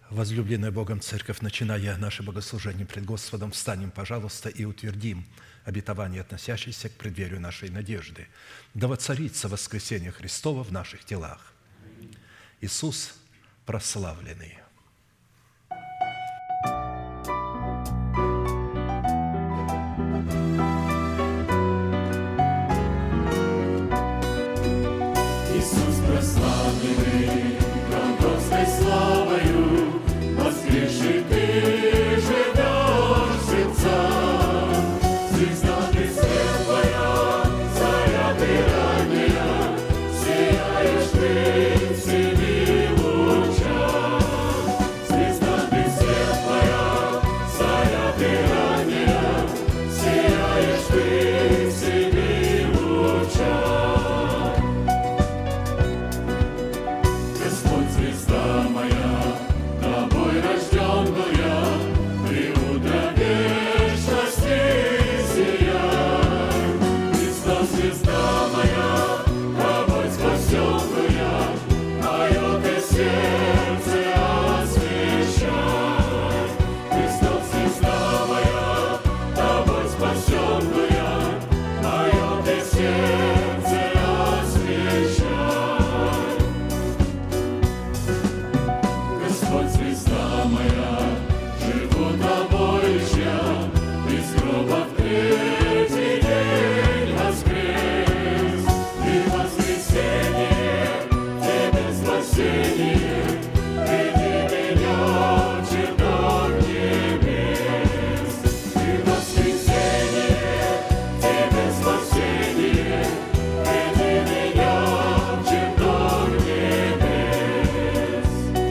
Возлюбленная Богом Церковь, начиная наше богослужение пред Господом, встанем, пожалуйста, и утвердим обетование, относящееся к преддверию нашей надежды. Да воцарится воскресение Христово в наших телах. Иисус прославленный. Иисус прославленный, Господь славою, воскресший Ты живешь в сердцах. Звезда Ты светлая, заря Ты ранняя, сияешь Ты в семи лучах. Звезда Ты светлая, заря Ты ранняя, сияешь Ты в семи лучах. Господь, звезда моя, Тобой рожденная, Ты утро вечности сияй. Христос, звезда моя, Тобой спасенная, мое Ты сердце освещай. Христос, звезда моя, Тобой спасенная, мое Ты сердце освещай. Господь, звезда моя, живу Тобой лишь я, Ты из гроба в третий день воскрес. Ты воскресенье, Тебе спасение, веди меня в чертог небес. Ты воскресенье, Тебе спасение, веди меня в чертог небес.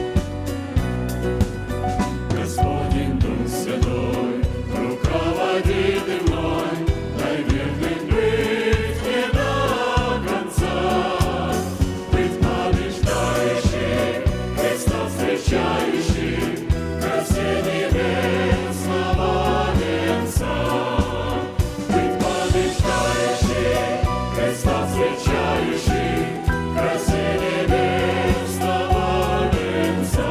Господень Дух Святой, руководи Ты мной, дай верным быть мне до конца. Быть побеждающим, Христа встречающим, в красе небесного венца. Быть побеждающим, Христа встречающим, в красе небесного венца.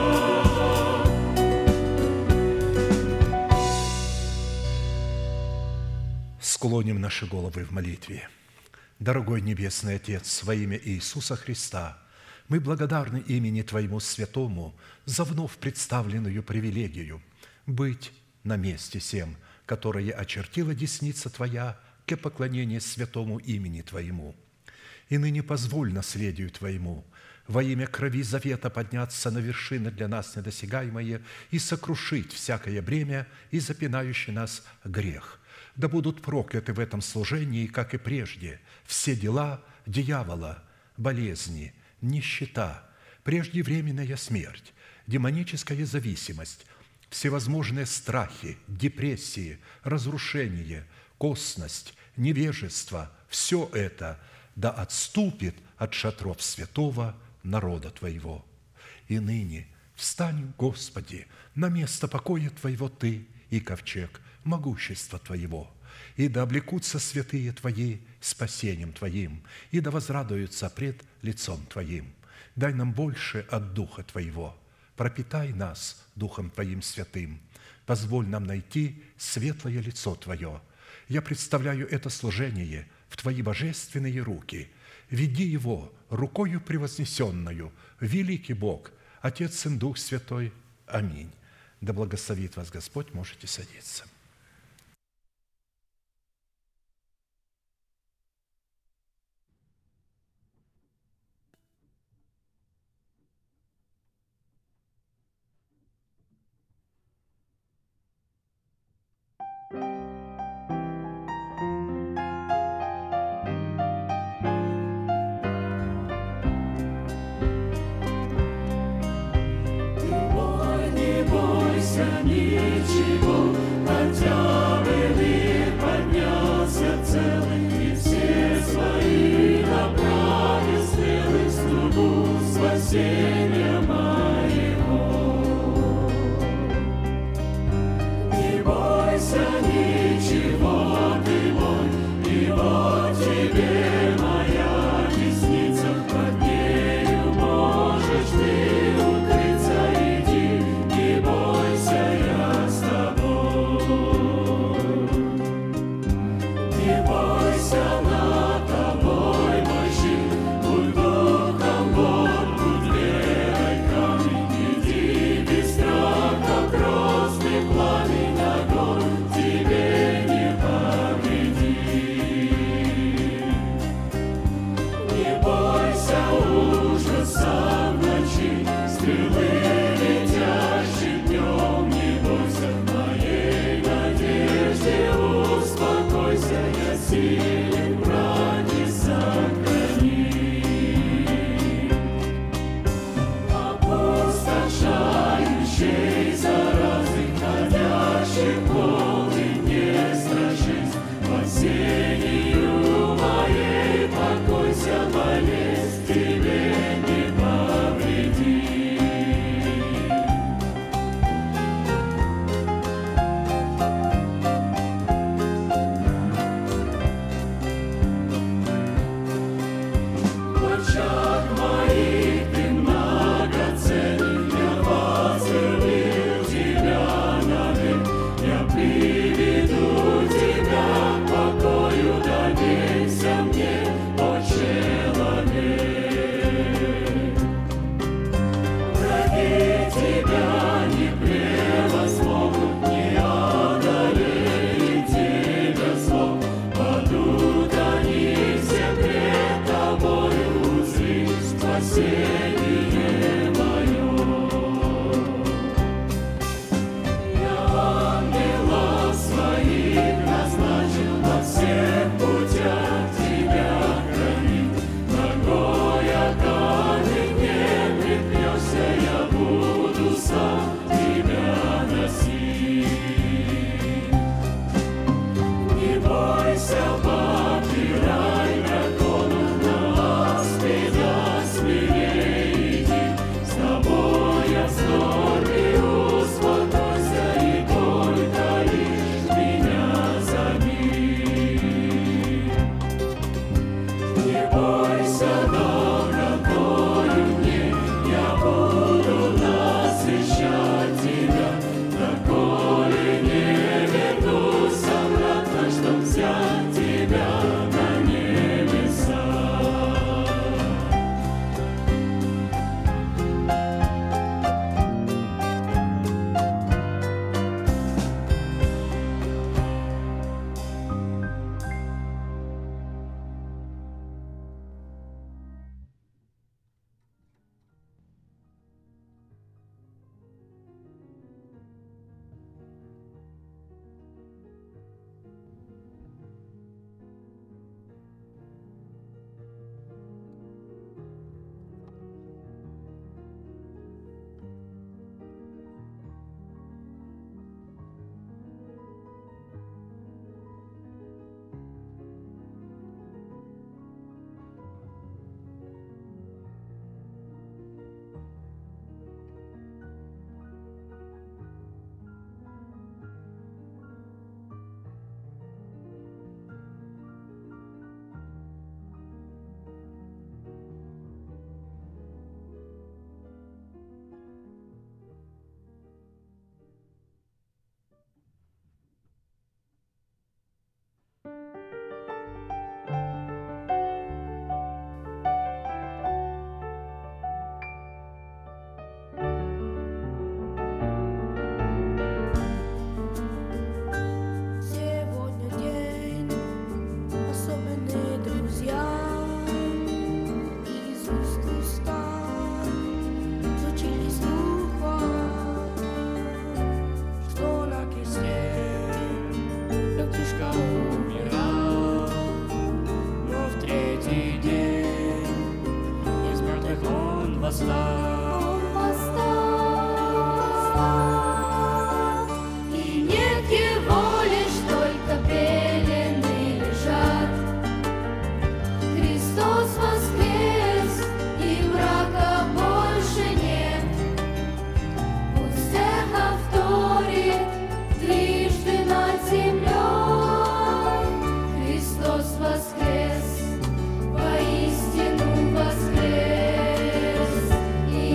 Склоним наши головы в молитве. Дорогой Небесный Отец, во имя Иисуса Христа, мы благодарны имени Твоему Святому за вновь представленную привилегию быть на месте сем, которое очертила десница Твоя к поклонению святому имени Твоему. И ныне позволь наследию Твоему во имя крови завета подняться на вершины для нас недосягаемые и сокрушить всякое бремя и запинающий нас грех. Да будут прокляты в этом служении, как и прежде, все дела дьявола, болезни, нищета, преждевременная смерть, демоническая зависимость, всевозможные страхи, депрессии, разрушение, косность, невежество – все это да отступит от шатров святого народа Твоего. И ныне встань, Господи, на место покоя Твоего Ты и ковчег могущества Твоего, и да облекутся святые Твои спасением Твоим, и да возрадуются пред лицом Твоим. Дай нам больше от Духа Твоего, пропитай нас Духом Твоим святым, позволь нам найти светлое лицо Твое. Я представляю это служение в Твои божественные руки. Веди его рукою превознесенную, великий Бог, Отец, Сын, Дух Святой. Аминь. Да благословит вас Господь, можете садиться. Не бойся ничего, хотя бы мир поднялся целый, и все свои направи смелый в стругу спасения моего. Не бойся ничего, ты мой, ибо тебе моя десница, под нею можешь ты укрыться, иди. Не бойся ужаса в ночи, стрелы летящие днем. Не бойся моей надежде, успокойся, я силен, враги сохрани. Опустошающей заразы, ходящих волны, не страшись. Спасению моей покойся, болезнь тебе не повреди. В очах моих ты многоценен, я возвелил тебя навек, я приведу тебя к покою, доверься мне, о человек. Враги тебя не превозмогут, не одолеет тебя зло. Падут они все пред тобою, узришь спасение мое. Я ангелов своих назначил на всех путях тебя хранить. Ногой о камень не приткнешься, я буду сам тебя носить. Не бойся, попирай драконов, на аспида смелее иди. С тобой я в storме, успокойся и только лишь меня зови. Не бойся добротою мне, я буду насыщать тебя, доколе не вернусь обратно, чтоб взять тебя на небеса. Сегодня день особенный, друзья, из уст в уста звучили слова, что на кресте братишка умирал, но в третий день из мертвых он восстал. И нет его, лишь только пелены лежат. Христос воскрес, и врага больше нет. Пусть эхо вторит трижды над землей. Христос воскрес, воистину воскрес, и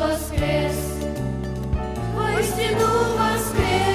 воскрес, воистину воскрес.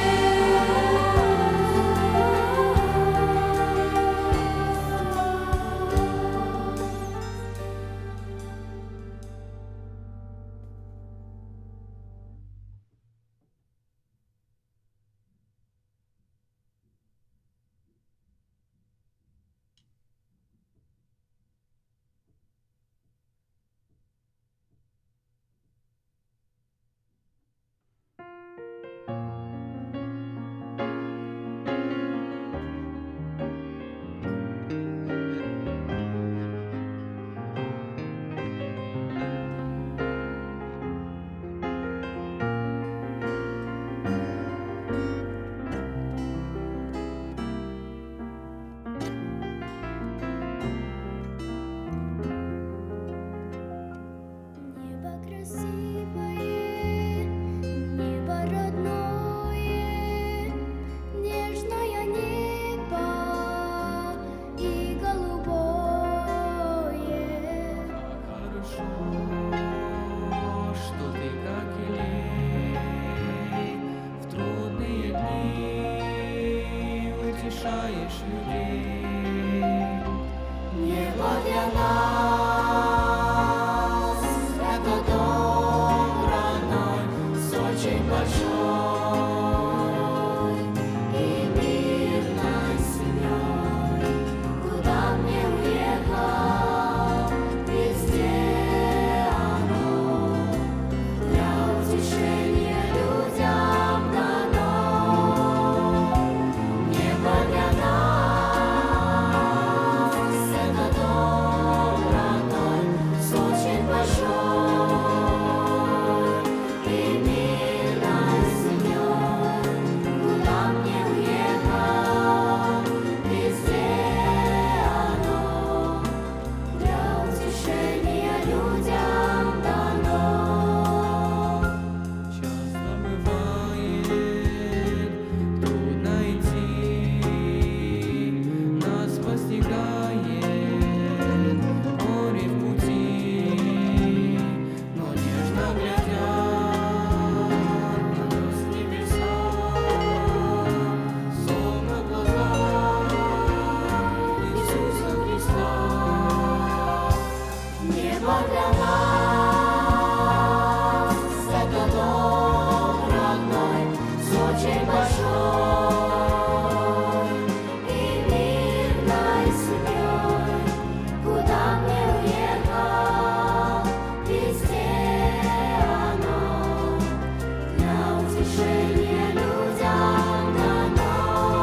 Небо красивое, небо родное, нежное небо и голубое. Хорошо, что ты как елей в трудные дни утешаешь людей. Небо для нас — это дом родной, с очень большой и мирной семьей. Куда мне уехал, везде оно для утешения людям дано. Небо для нас — это дом родной, с очень большой и мирной семьей. Куда мне уехал, везде оно для утешения людям дано. Часто бывает трудно идти, нас постигает горе в пути, но нежно глядят на нас небеса, словно глаза Иисуса Христа. Небо для нас — это дом родной, с очень большой и мирной семьей. Куда мне уехал, везде оно для утешения людям дано.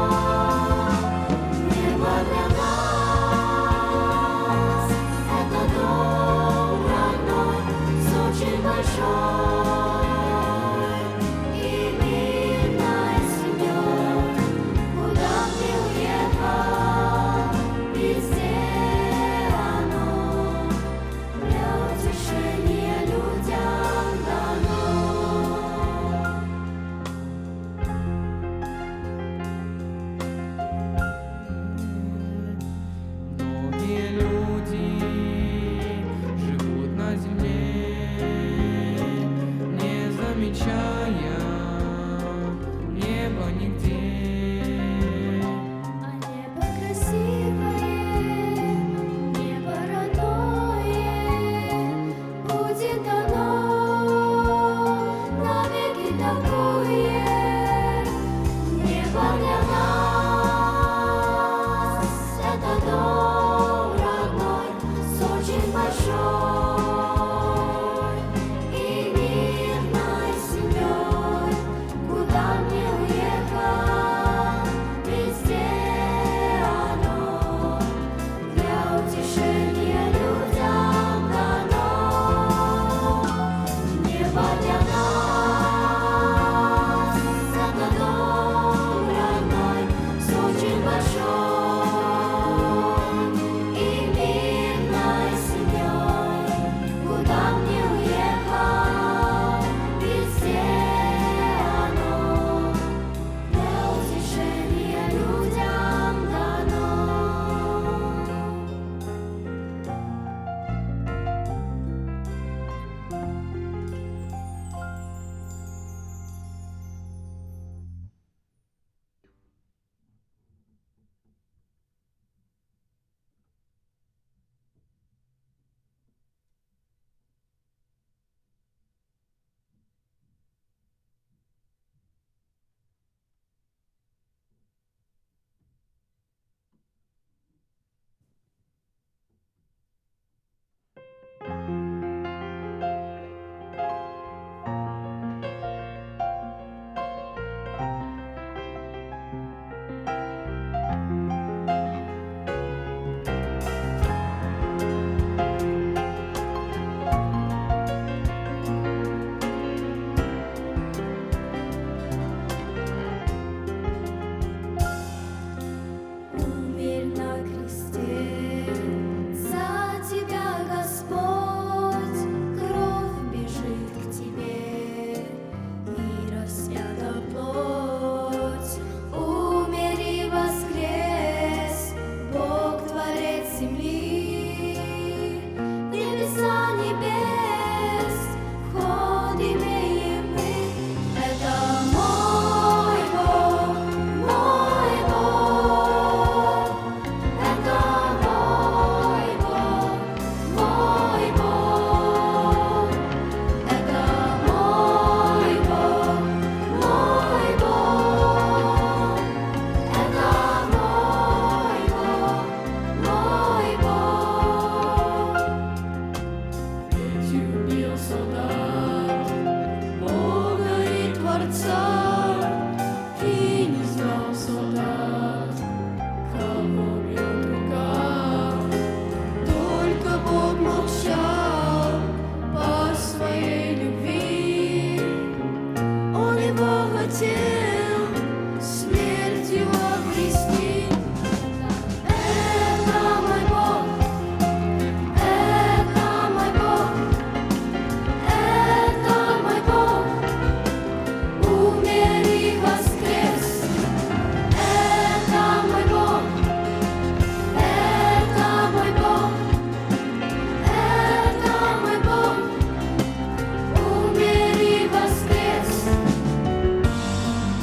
Небо для нас — это дом родной, с очень большой и мирной семьей. Куда мне уехал, везде оно для утешения людям дано. Многие люди живут на земле, хотел смертью обрести. Это мой Бог, это мой Бог, это мой Бог, умер и воскрес. Это мой Бог, это мой Бог, это мой Бог, умер и воскрес.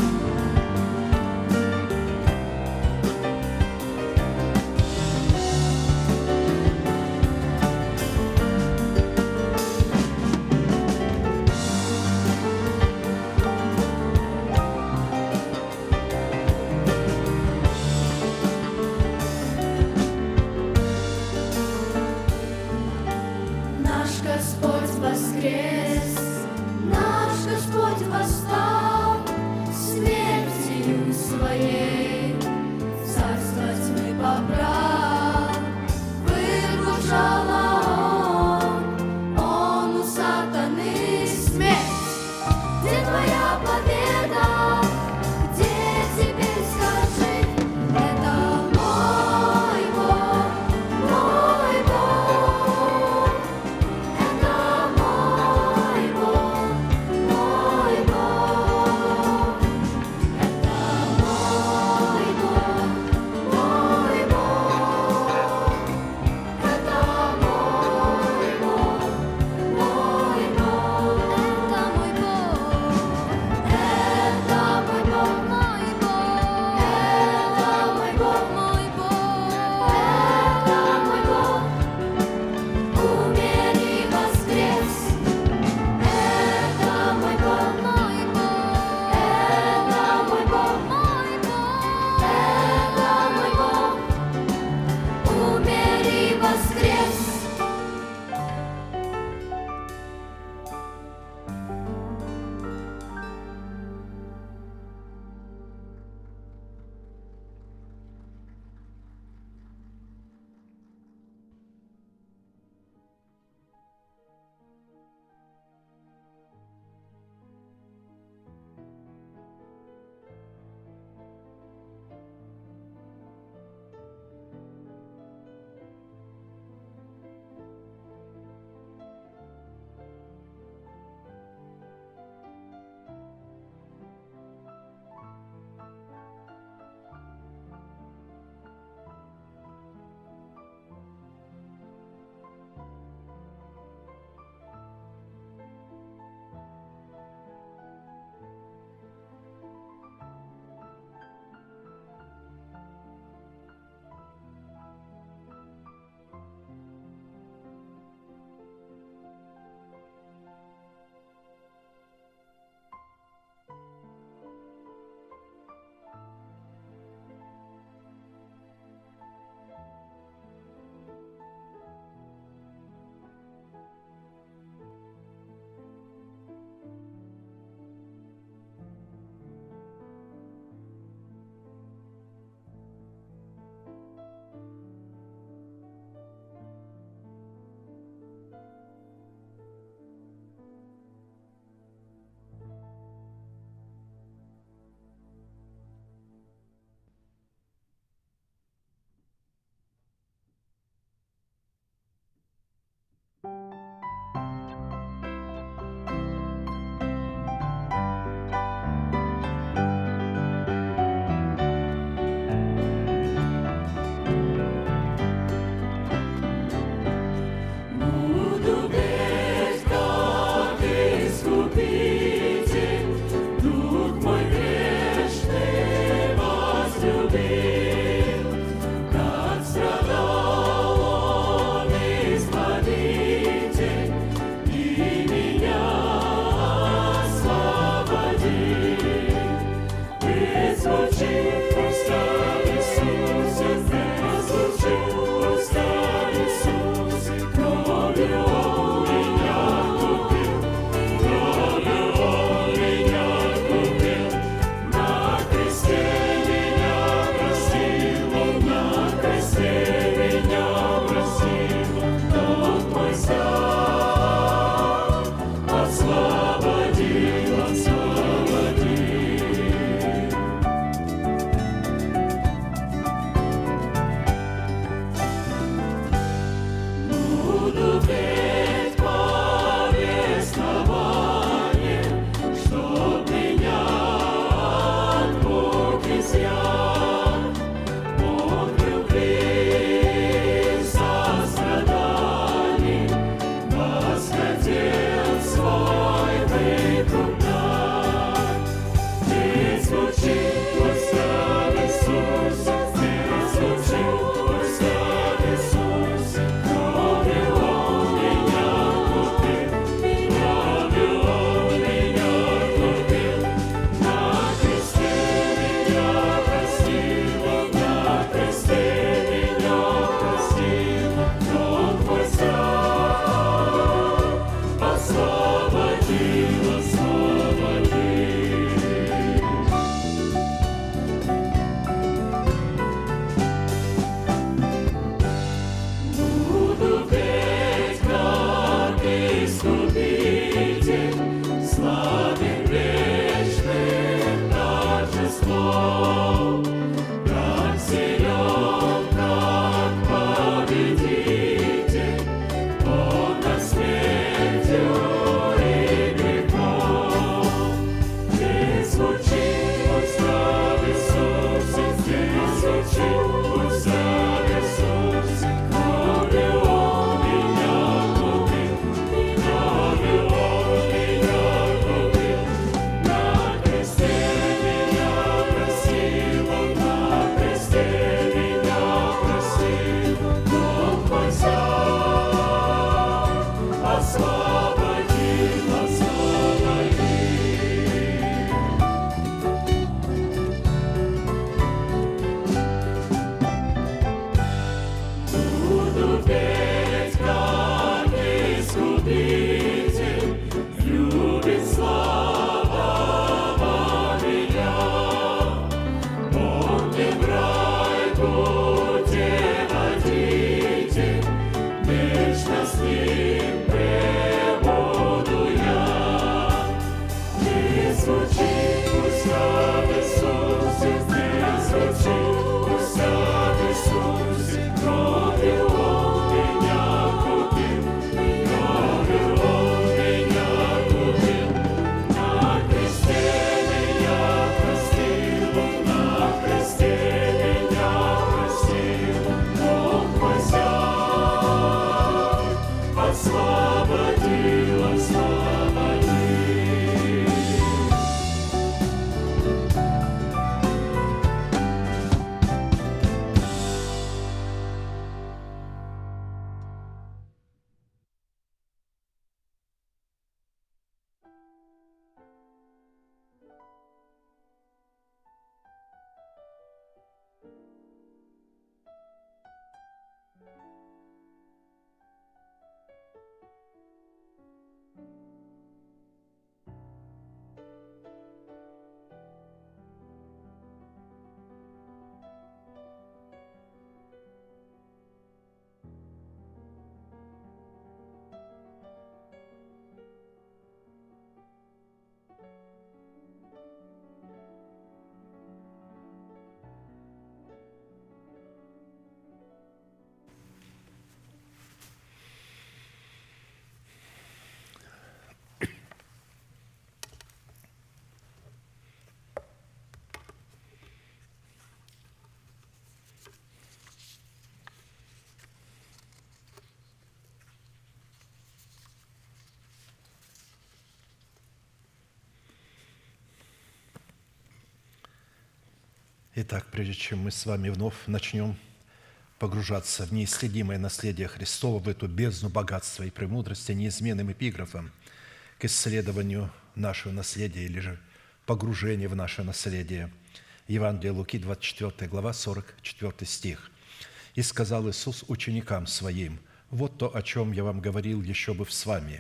Итак, прежде чем мы с вами вновь начнем погружаться в неисследимое наследие Христово, в эту бездну богатства и премудрости, неизменным эпиграфом к исследованию нашего наследия или же погружения в наше наследие. Евангелие Луки, 24 глава, 44 стих. «И сказал Иисус ученикам Своим: вот то, о чем я вам говорил еще бы с вами,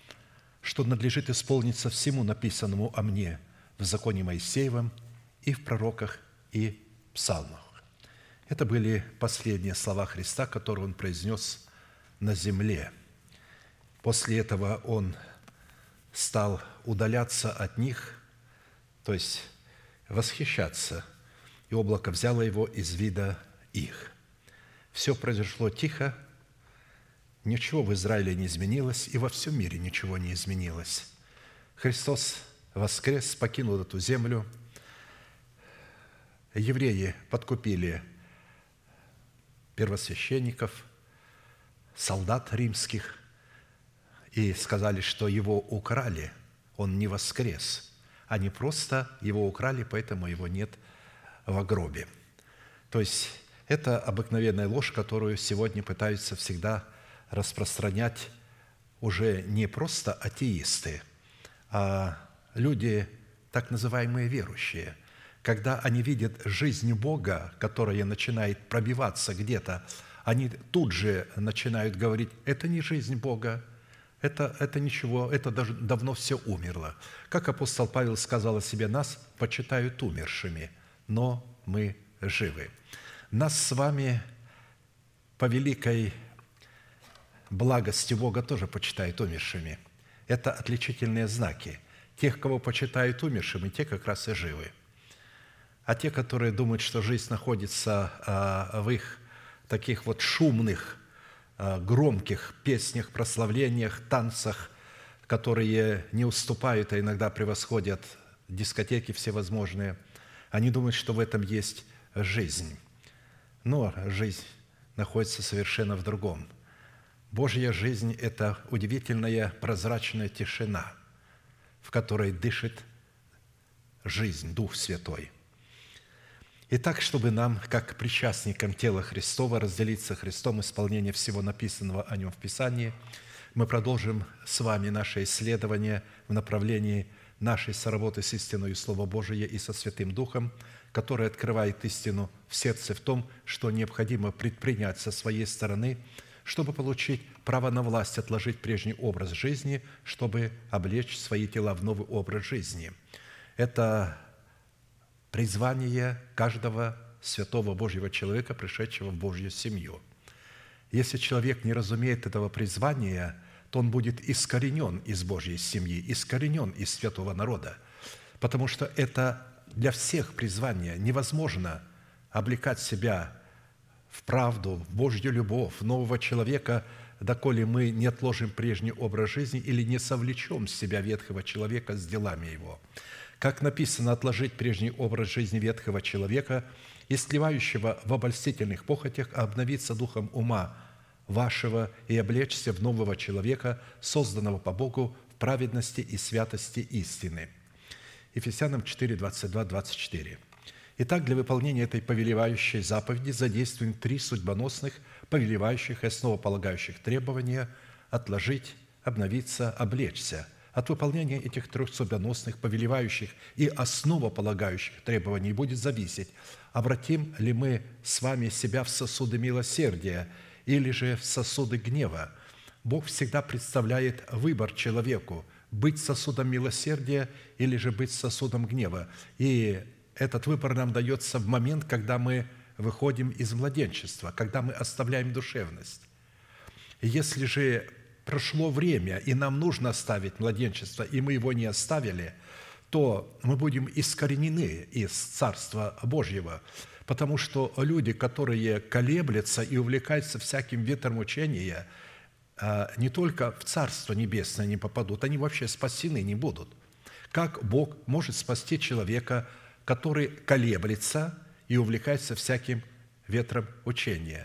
что надлежит исполниться всему написанному о мне в законе Моисеевом и в пророках и псалмах». Это были последние слова Христа, которые Он произнес на земле. После этого Он стал удаляться от них, то есть восхищаться, и облако взяло Его из вида их. Все произошло тихо, ничего в Израиле не изменилось, и во всем мире ничего не изменилось. Христос воскрес, покинул эту землю. Евреи подкупили первосвященников, солдат римских, и сказали, что Его украли. Он не воскрес, а не просто его украли, поэтому его нет в гробе. То есть это обыкновенная ложь, которую сегодня пытаются всегда распространять уже не просто атеисты, а люди, так называемые верующие. Когда они видят жизнь Бога, которая начинает пробиваться где-то, они тут же начинают говорить: это не жизнь Бога, это ничего, это даже давно все умерло. Как апостол Павел сказал о себе: нас почитают умершими, но мы живы. Нас с вами по великой благости Бога тоже почитают умершими. Это отличительные знаки. Тех, кого почитают умершими, те как раз и живы. А те, которые думают, что жизнь находится в их таких вот шумных, громких песнях, прославлениях, танцах, которые не уступают, а иногда превосходят дискотеки всевозможные, они думают, что в этом есть жизнь. Но жизнь находится совершенно в другом. Божья жизнь – это удивительная прозрачная тишина, в которой дышит жизнь, Дух Святой. Итак, чтобы нам, как причастникам тела Христова, разделить со Христом исполнение всего написанного о Нем в Писании, мы продолжим с вами наше исследование в направлении нашей соработы с истиной Слова Божия и со Святым Духом, который открывает истину в сердце в том, что необходимо предпринять со своей стороны, чтобы получить право на власть, отложить прежний образ жизни, чтобы облечь свои тела в новый образ жизни. Это призвание каждого святого Божьего человека, пришедшего в Божью семью. Если человек не разумеет этого призвания, то он будет искоренен из Божьей семьи, искоренен из святого народа, потому что это для всех призвание. Невозможно облекать себя в правду, в Божью любовь, в нового человека, доколе мы не отложим прежний образ жизни или не совлечем с себя ветхого человека с делами его. Как написано: отложить прежний образ жизни ветхого человека, истлевающего в обольстительных похотях, а обновиться духом ума вашего и облечься в нового человека, созданного по Богу в праведности и святости истины». Ефесянам 4, 22, 24. Итак, для выполнения этой повелевающей заповеди задействуем 3 судьбоносных, повелевающих и основополагающих требования: отложить, обновиться, облечься. От выполнения этих 3 судьбоносных, повелевающих и основополагающих требований будет зависеть, обратим ли мы с вами себя в сосуды милосердия или же в сосуды гнева. Бог всегда представляет выбор человеку: быть сосудом милосердия или же быть сосудом гнева. И этот выбор нам дается в момент, когда мы выходим из младенчества, когда мы оставляем душевность. Если же прошло время, и нам нужно оставить младенчество, и мы его не оставили, то мы будем искоренены из Царства Божьего, потому что люди, которые колеблются и увлекаются всяким ветром учения, не только в Царство Небесное не попадут, они вообще спасены не будут. Как Бог может спасти человека, который колеблется и увлекается всяким ветром учения?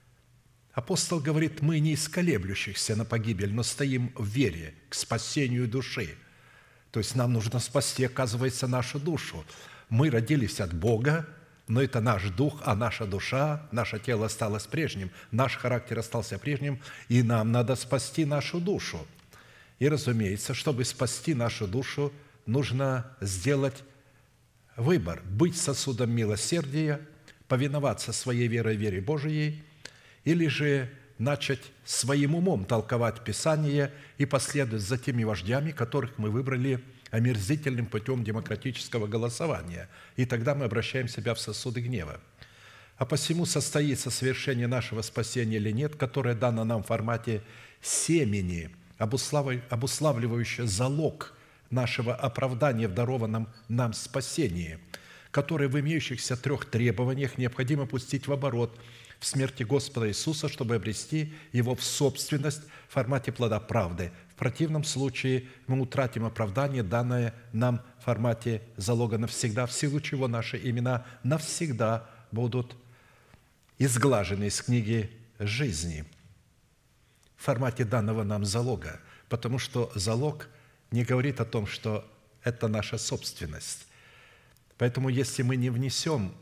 Апостол говорит: мы не из колеблющихся на погибель, но стоим в вере к спасению души. То есть нам нужно спасти, оказывается, нашу душу. Мы родились от Бога, но это наш дух, а наша душа, наше тело осталось прежним, наш характер остался прежним, и нам надо спасти нашу душу. И, разумеется, чтобы спасти нашу душу, нужно сделать выбор: быть сосудом милосердия, повиноваться своей верой, вере Божией, или же начать своим умом толковать Писание и последовать за теми вождями, которых мы выбрали омерзительным путем демократического голосования, и тогда мы обращаем себя в сосуды гнева. А посему состоится совершение нашего спасения или нет, которое дано нам в формате семени, обуславливающее залог нашего оправдания в дарованном нам спасении, которое в имеющихся 3 требованиях необходимо пустить в оборот в смерти Господа Иисуса, чтобы обрести Его в собственность в формате плода правды. В противном случае мы утратим оправдание, данное нам в формате залога навсегда, в силу чего наши имена навсегда будут изглажены из книги жизни в формате данного нам залога, потому что залог не говорит о том, что это наша собственность. Поэтому если мы не внесем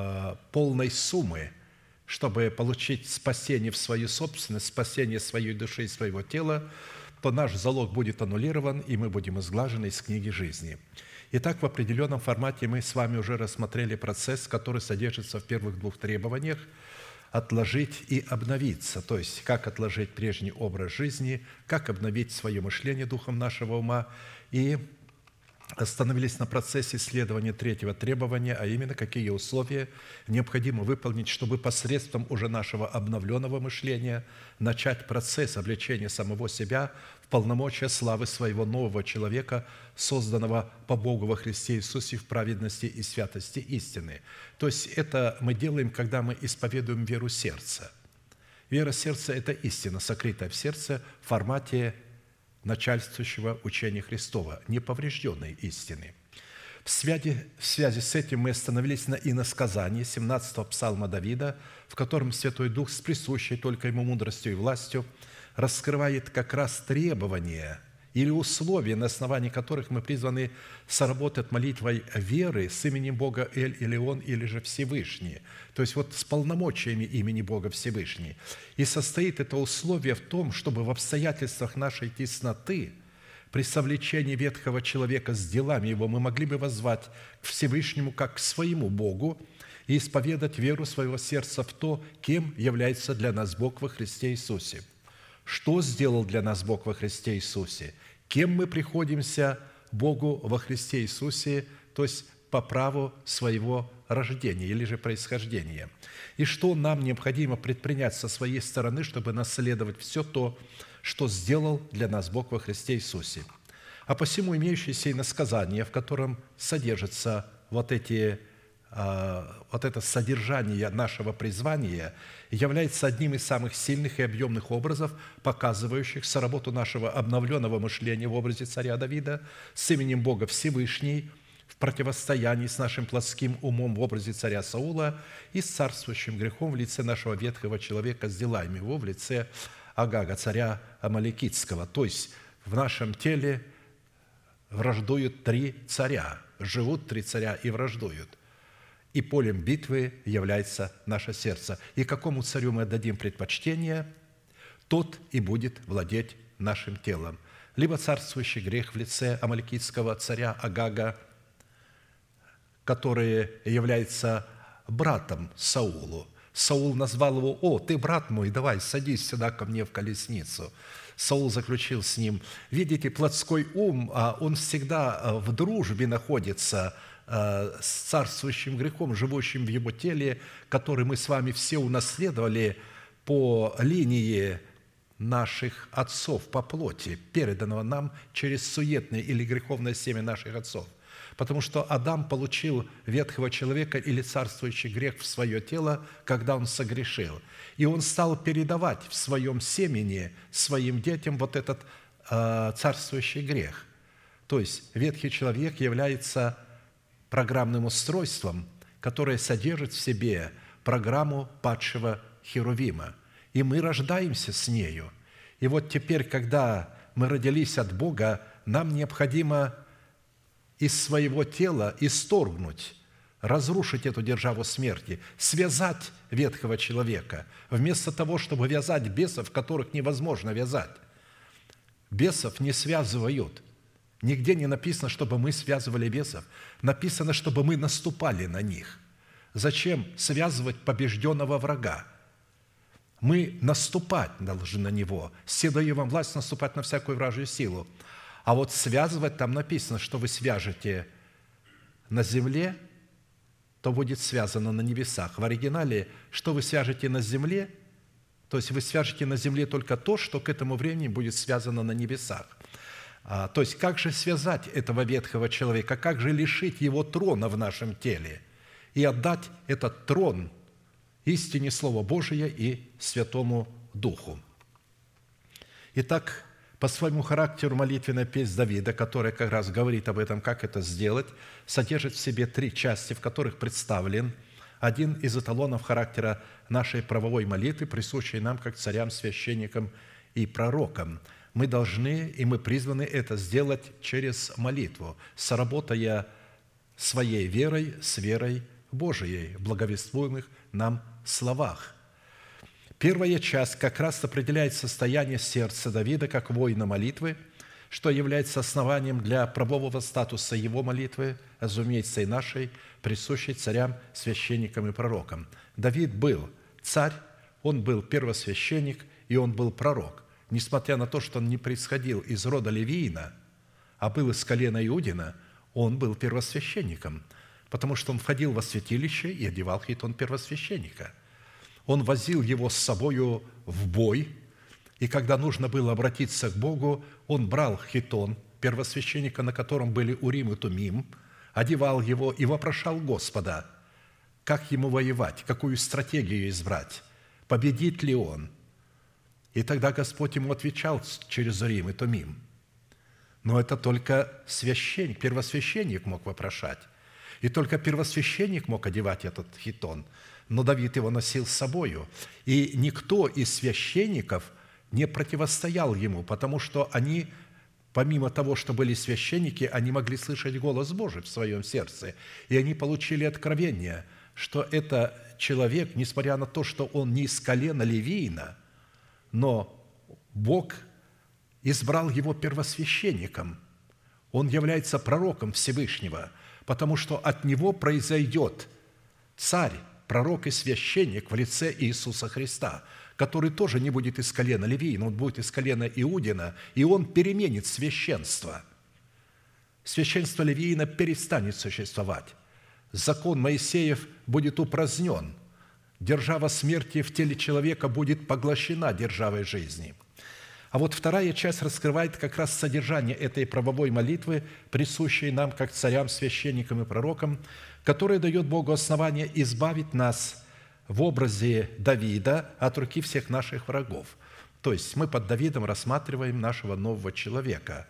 полной суммы, чтобы получить спасение в свою собственность, спасение своей души и своего тела, то наш залог будет аннулирован, и мы будем изглажены из книги жизни. Итак, в определенном формате мы с вами уже рассмотрели процесс, который содержится в первых двух требованиях – отложить и обновиться, то есть как отложить прежний образ жизни, как обновить свое мышление духом нашего ума, и остановились на процессе исследования третьего требования, а именно какие условия необходимо выполнить, чтобы посредством уже нашего обновленного мышления начать процесс облечения самого себя в полномочия славы своего нового человека, созданного по Богу во Христе Иисусе в праведности и святости истины. То есть это мы делаем, когда мы исповедуем веру сердца. Вера сердца – это истина, сокрытая в сердце в формате начальствующего учения Христова, неповрежденной истины. В связи с этим мы остановились на иносказании 17-го псалма Давида, в котором Святой Дух с присущей только Ему мудростью и властью раскрывает как раз требования или условия, на основании которых мы призваны соработать молитвой веры с именем Бога Эль или Он, или же Всевышний. То есть вот с полномочиями имени Бога Всевышний. И состоит это условие в том, чтобы в обстоятельствах нашей тесноты, при совлечении ветхого человека с делами его, мы могли бы воззвать к Всевышнему как к своему Богу и исповедать веру своего сердца в то, кем является для нас Бог во Христе Иисусе. Что сделал для нас Бог во Христе Иисусе? Кем мы приходимся Богу во Христе Иисусе, то есть по праву своего рождения или же происхождения? И что нам необходимо предпринять со своей стороны, чтобы наследовать все то, что сделал для нас Бог во Христе Иисусе? А посему имеющееся иносказание, в котором содержится вот это содержание нашего призвания, является одним из самых сильных и объемных образов, показывающих соработу нашего обновленного мышления в образе царя Давида с именем Бога Всевышний в противостоянии с нашим плотским умом в образе царя Саула и с царствующим грехом в лице нашего ветхого человека с делами его в лице Агага, царя Амалекитского. То есть в нашем теле враждуют три царя, живут три царя и враждуют. И полем битвы является наше сердце. И какому царю мы отдадим предпочтение, тот и будет владеть нашим телом. Либо царствующий грех в лице амалекитского царя Агага, который является братом Саулу. Саул назвал его: «О, ты брат мой, давай, садись сюда ко мне в колесницу». Саул заключил с ним. Видите, плотской ум, он всегда в дружбе находится с царствующим грехом, живущим в его теле, который мы с вами все унаследовали по линии наших отцов по плоти, переданного нам через суетное или греховное семя наших отцов. Потому что Адам получил ветхого человека или царствующий грех в свое тело, когда он согрешил. И он стал передавать в своем семени своим детям вот этот царствующий грех. То есть ветхий человек является программным устройством, которое содержит в себе программу падшего Херувима. И мы рождаемся с нею. И вот теперь, когда мы родились от Бога, нам необходимо из своего тела исторгнуть, разрушить эту державу смерти, связать ветхого человека, вместо того, чтобы вязать бесов, которых невозможно вязать. Бесов не связывают. Нигде не написано, чтобы мы связывали бесов. Написано, чтобы мы наступали на них. Зачем связывать побежденного врага? Мы наступать должны на него. «Се даю вам власть наступать на всякую вражью силу». А вот связывать, там написано, что вы свяжете на земле, то будет связано на небесах. В оригинале, что вы свяжете на земле, то есть вы свяжете на земле только то, что к этому времени будет связано на небесах. То есть как же связать этого ветхого человека, как же лишить его трона в нашем теле и отдать этот трон истине Слова Божия и Святому Духу. Итак, по своему характеру молитвенная песнь Давида, которая как раз говорит об этом, как это сделать, содержит в себе три части, в которых представлен один из эталонов характера нашей правовой молитвы, присущей нам как царям, священникам и пророкам. мы должны и мы призваны это сделать через молитву, соработая своей верой с верой Божией в благовествуемых нам словах. Первая часть как раз определяет состояние сердца Давида как воина молитвы, что является основанием для правового статуса его молитвы, разумеется, и нашей, присущей царям, священникам и пророкам. Давид был царь, он был первосвященник, и он был пророк. Несмотря на то, что он не происходил из рода Левиина, а был из колена Иудина, он был первосвященником, потому что он входил во святилище и одевал хитон первосвященника. Он возил его с собою в бой, и когда нужно было обратиться к Богу, он брал хитон первосвященника, на котором были Урим и Тумим, одевал его и вопрошал Господа, как ему воевать, какую стратегию избрать, победит ли он. И тогда Господь ему отвечал через Урим и Тумим. Но это только священник, первосвященник мог вопрошать. И только первосвященник мог одевать этот хитон. Но Давид его носил с собою. И никто из священников не противостоял ему, потому что они, помимо того, что были священники, они могли слышать голос Божий в своем сердце. И они получили откровение, что это человек, несмотря на то, что он не из колена Левиина, но Бог избрал его первосвященником. Он является пророком Всевышнего, потому что от него произойдет царь, пророк и священник в лице Иисуса Христа, который тоже не будет из колена Левиина, он будет из колена Иудина, и он переменит священство. Священство Левиина перестанет существовать. Закон Моисеев будет упразднен. Держава смерти в теле человека будет поглощена державой жизни. А вот вторая часть раскрывает как раз содержание этой правовой молитвы, присущей нам, как царям, священникам и пророкам, которая дает Богу основание избавить нас в образе Давида от руки всех наших врагов. То есть мы под Давидом рассматриваем нашего нового человека.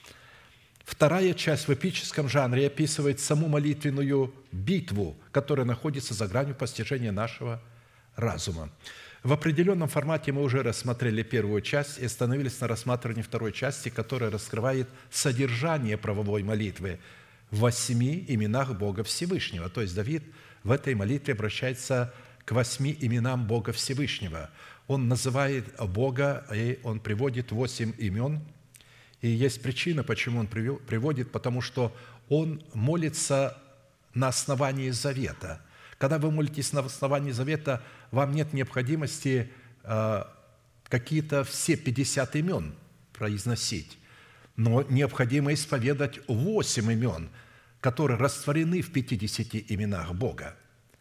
Вторая часть в эпическом жанре описывает саму молитвенную битву, которая находится за гранью постижения нашего разума. В определенном формате мы уже рассмотрели первую часть и остановились на рассматривании второй части, которая раскрывает содержание правовой молитвы в 8 именах Бога Всевышнего. То есть Давид в этой молитве обращается к 8 именам Бога Всевышнего. Он называет Бога, и он приводит 8 имен. И есть причина, почему он приводит, потому что он молится на основании завета. Когда вы молитесь на основании завета, вам нет необходимости какие-то все 50 имен произносить, но необходимо исповедать 8 имен, которые растворены в 50 именах Бога.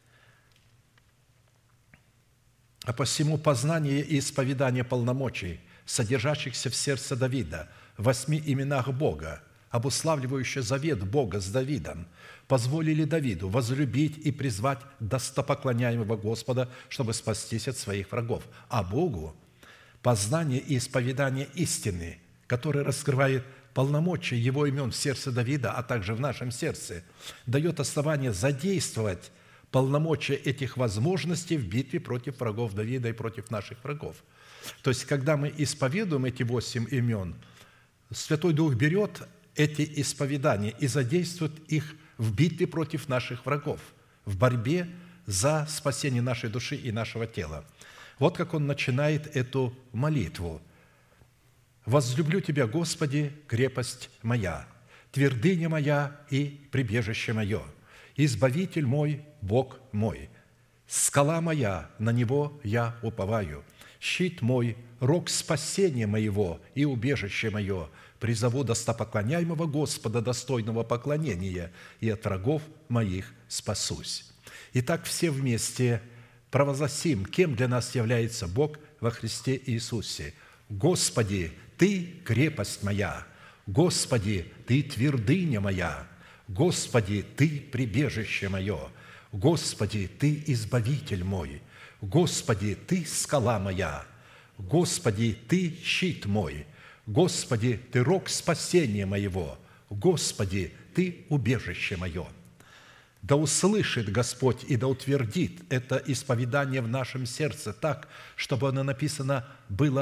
А посему познание и исповедание полномочий, содержащихся в сердце Давида, в 8 именах Бога, обуславливающие завет Бога с Давидом, позволили Давиду возлюбить и призвать достопоклоняемого Господа, чтобы спастись от своих врагов. А Богу познание и исповедание истины, которое раскрывает полномочия Его имен в сердце Давида, а также в нашем сердце, дает основание задействовать полномочия этих возможностей в битве против врагов Давида и против наших врагов. То есть, когда мы исповедуем эти 8 имен, Святой Дух берет эти исповедания и задействует их в битве против наших врагов, в борьбе за спасение нашей души и нашего тела. Вот как он начинает эту молитву. «Возлюблю Тебя, Господи, крепость моя, твердыня моя и прибежище мое, избавитель мой, Бог мой, скала моя, на Него я уповаю, щит мой, рог спасения моего и убежище мое, призову достопоклоняемого Господа, достойного поклонения, и от врагов моих спасусь». Итак, все вместе провозгласим, кем для нас является Бог во Христе Иисусе. «Господи, Ты крепость моя, Господи, Ты твердыня моя, Господи, Ты прибежище мое, Господи, Ты избавитель мой, Господи, Ты скала моя, Господи, Ты щит мой, Господи, Ты рог спасения моего, Господи, Ты убежище мое». Да услышит Господь и да утвердит это исповедание в нашем сердце так, чтобы оно написано было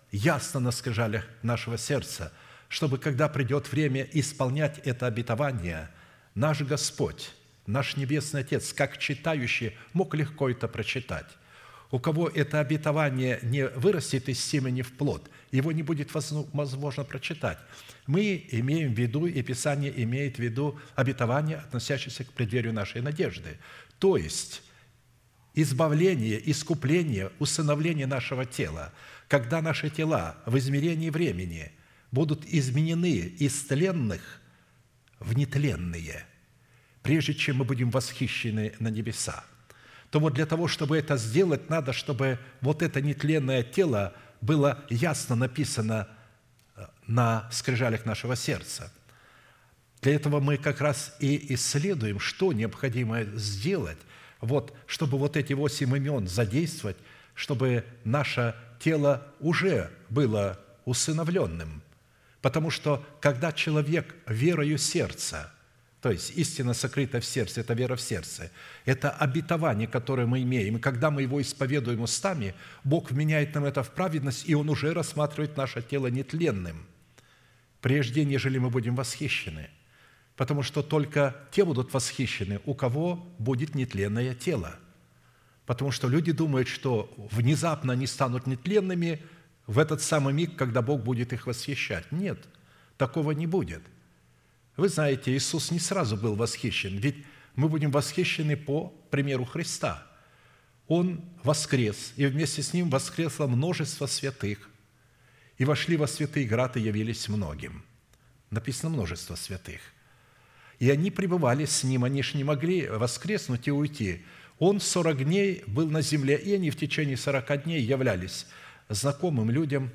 ясно на скрижалях нашего сердца, чтобы, когда придет время исполнять это обетование, наш Господь, наш Небесный Отец, как читающий, мог легко это прочитать. У кого это обетование не вырастет из семени в плод, его не будет возможно прочитать. Мы имеем в виду, и Писание имеет в виду обетование, относящееся к преддверию нашей надежды. То есть избавление, искупление, усыновление нашего тела, когда наши тела в измерении времени будут изменены из тленных в нетленные, прежде чем мы будем восхищены на небеса, то вот для того, чтобы это сделать, надо, чтобы вот это нетленное тело было ясно написано на скрижалях нашего сердца. Для этого мы как раз и исследуем, что необходимо сделать, вот, чтобы вот эти 8 имен задействовать, чтобы наше тело уже было усыновленным. Потому что, когда человек верою сердца, то есть истина сокрыта в сердце, это вера в сердце, это обетование, которое мы имеем, и когда мы его исповедуем устами, Бог вменяет нам это в праведность, и Он уже рассматривает наше тело нетленным, прежде нежели мы будем восхищены. Потому что только те будут восхищены, у кого будет нетленное тело. Потому что люди думают, что внезапно они станут нетленными в этот самый миг, когда Бог будет их восхищать. Нет, такого не будет. Вы знаете, Иисус не сразу был восхищен, ведь мы будем восхищены по примеру Христа. Он воскрес, и вместе с Ним воскресло множество святых, и вошли во святые град и явились многим. Написано множество святых. И они пребывали с Ним, они же не могли воскреснуть и уйти. Он 40 дней был на земле, и они в течение 40 дней являлись знакомым людям,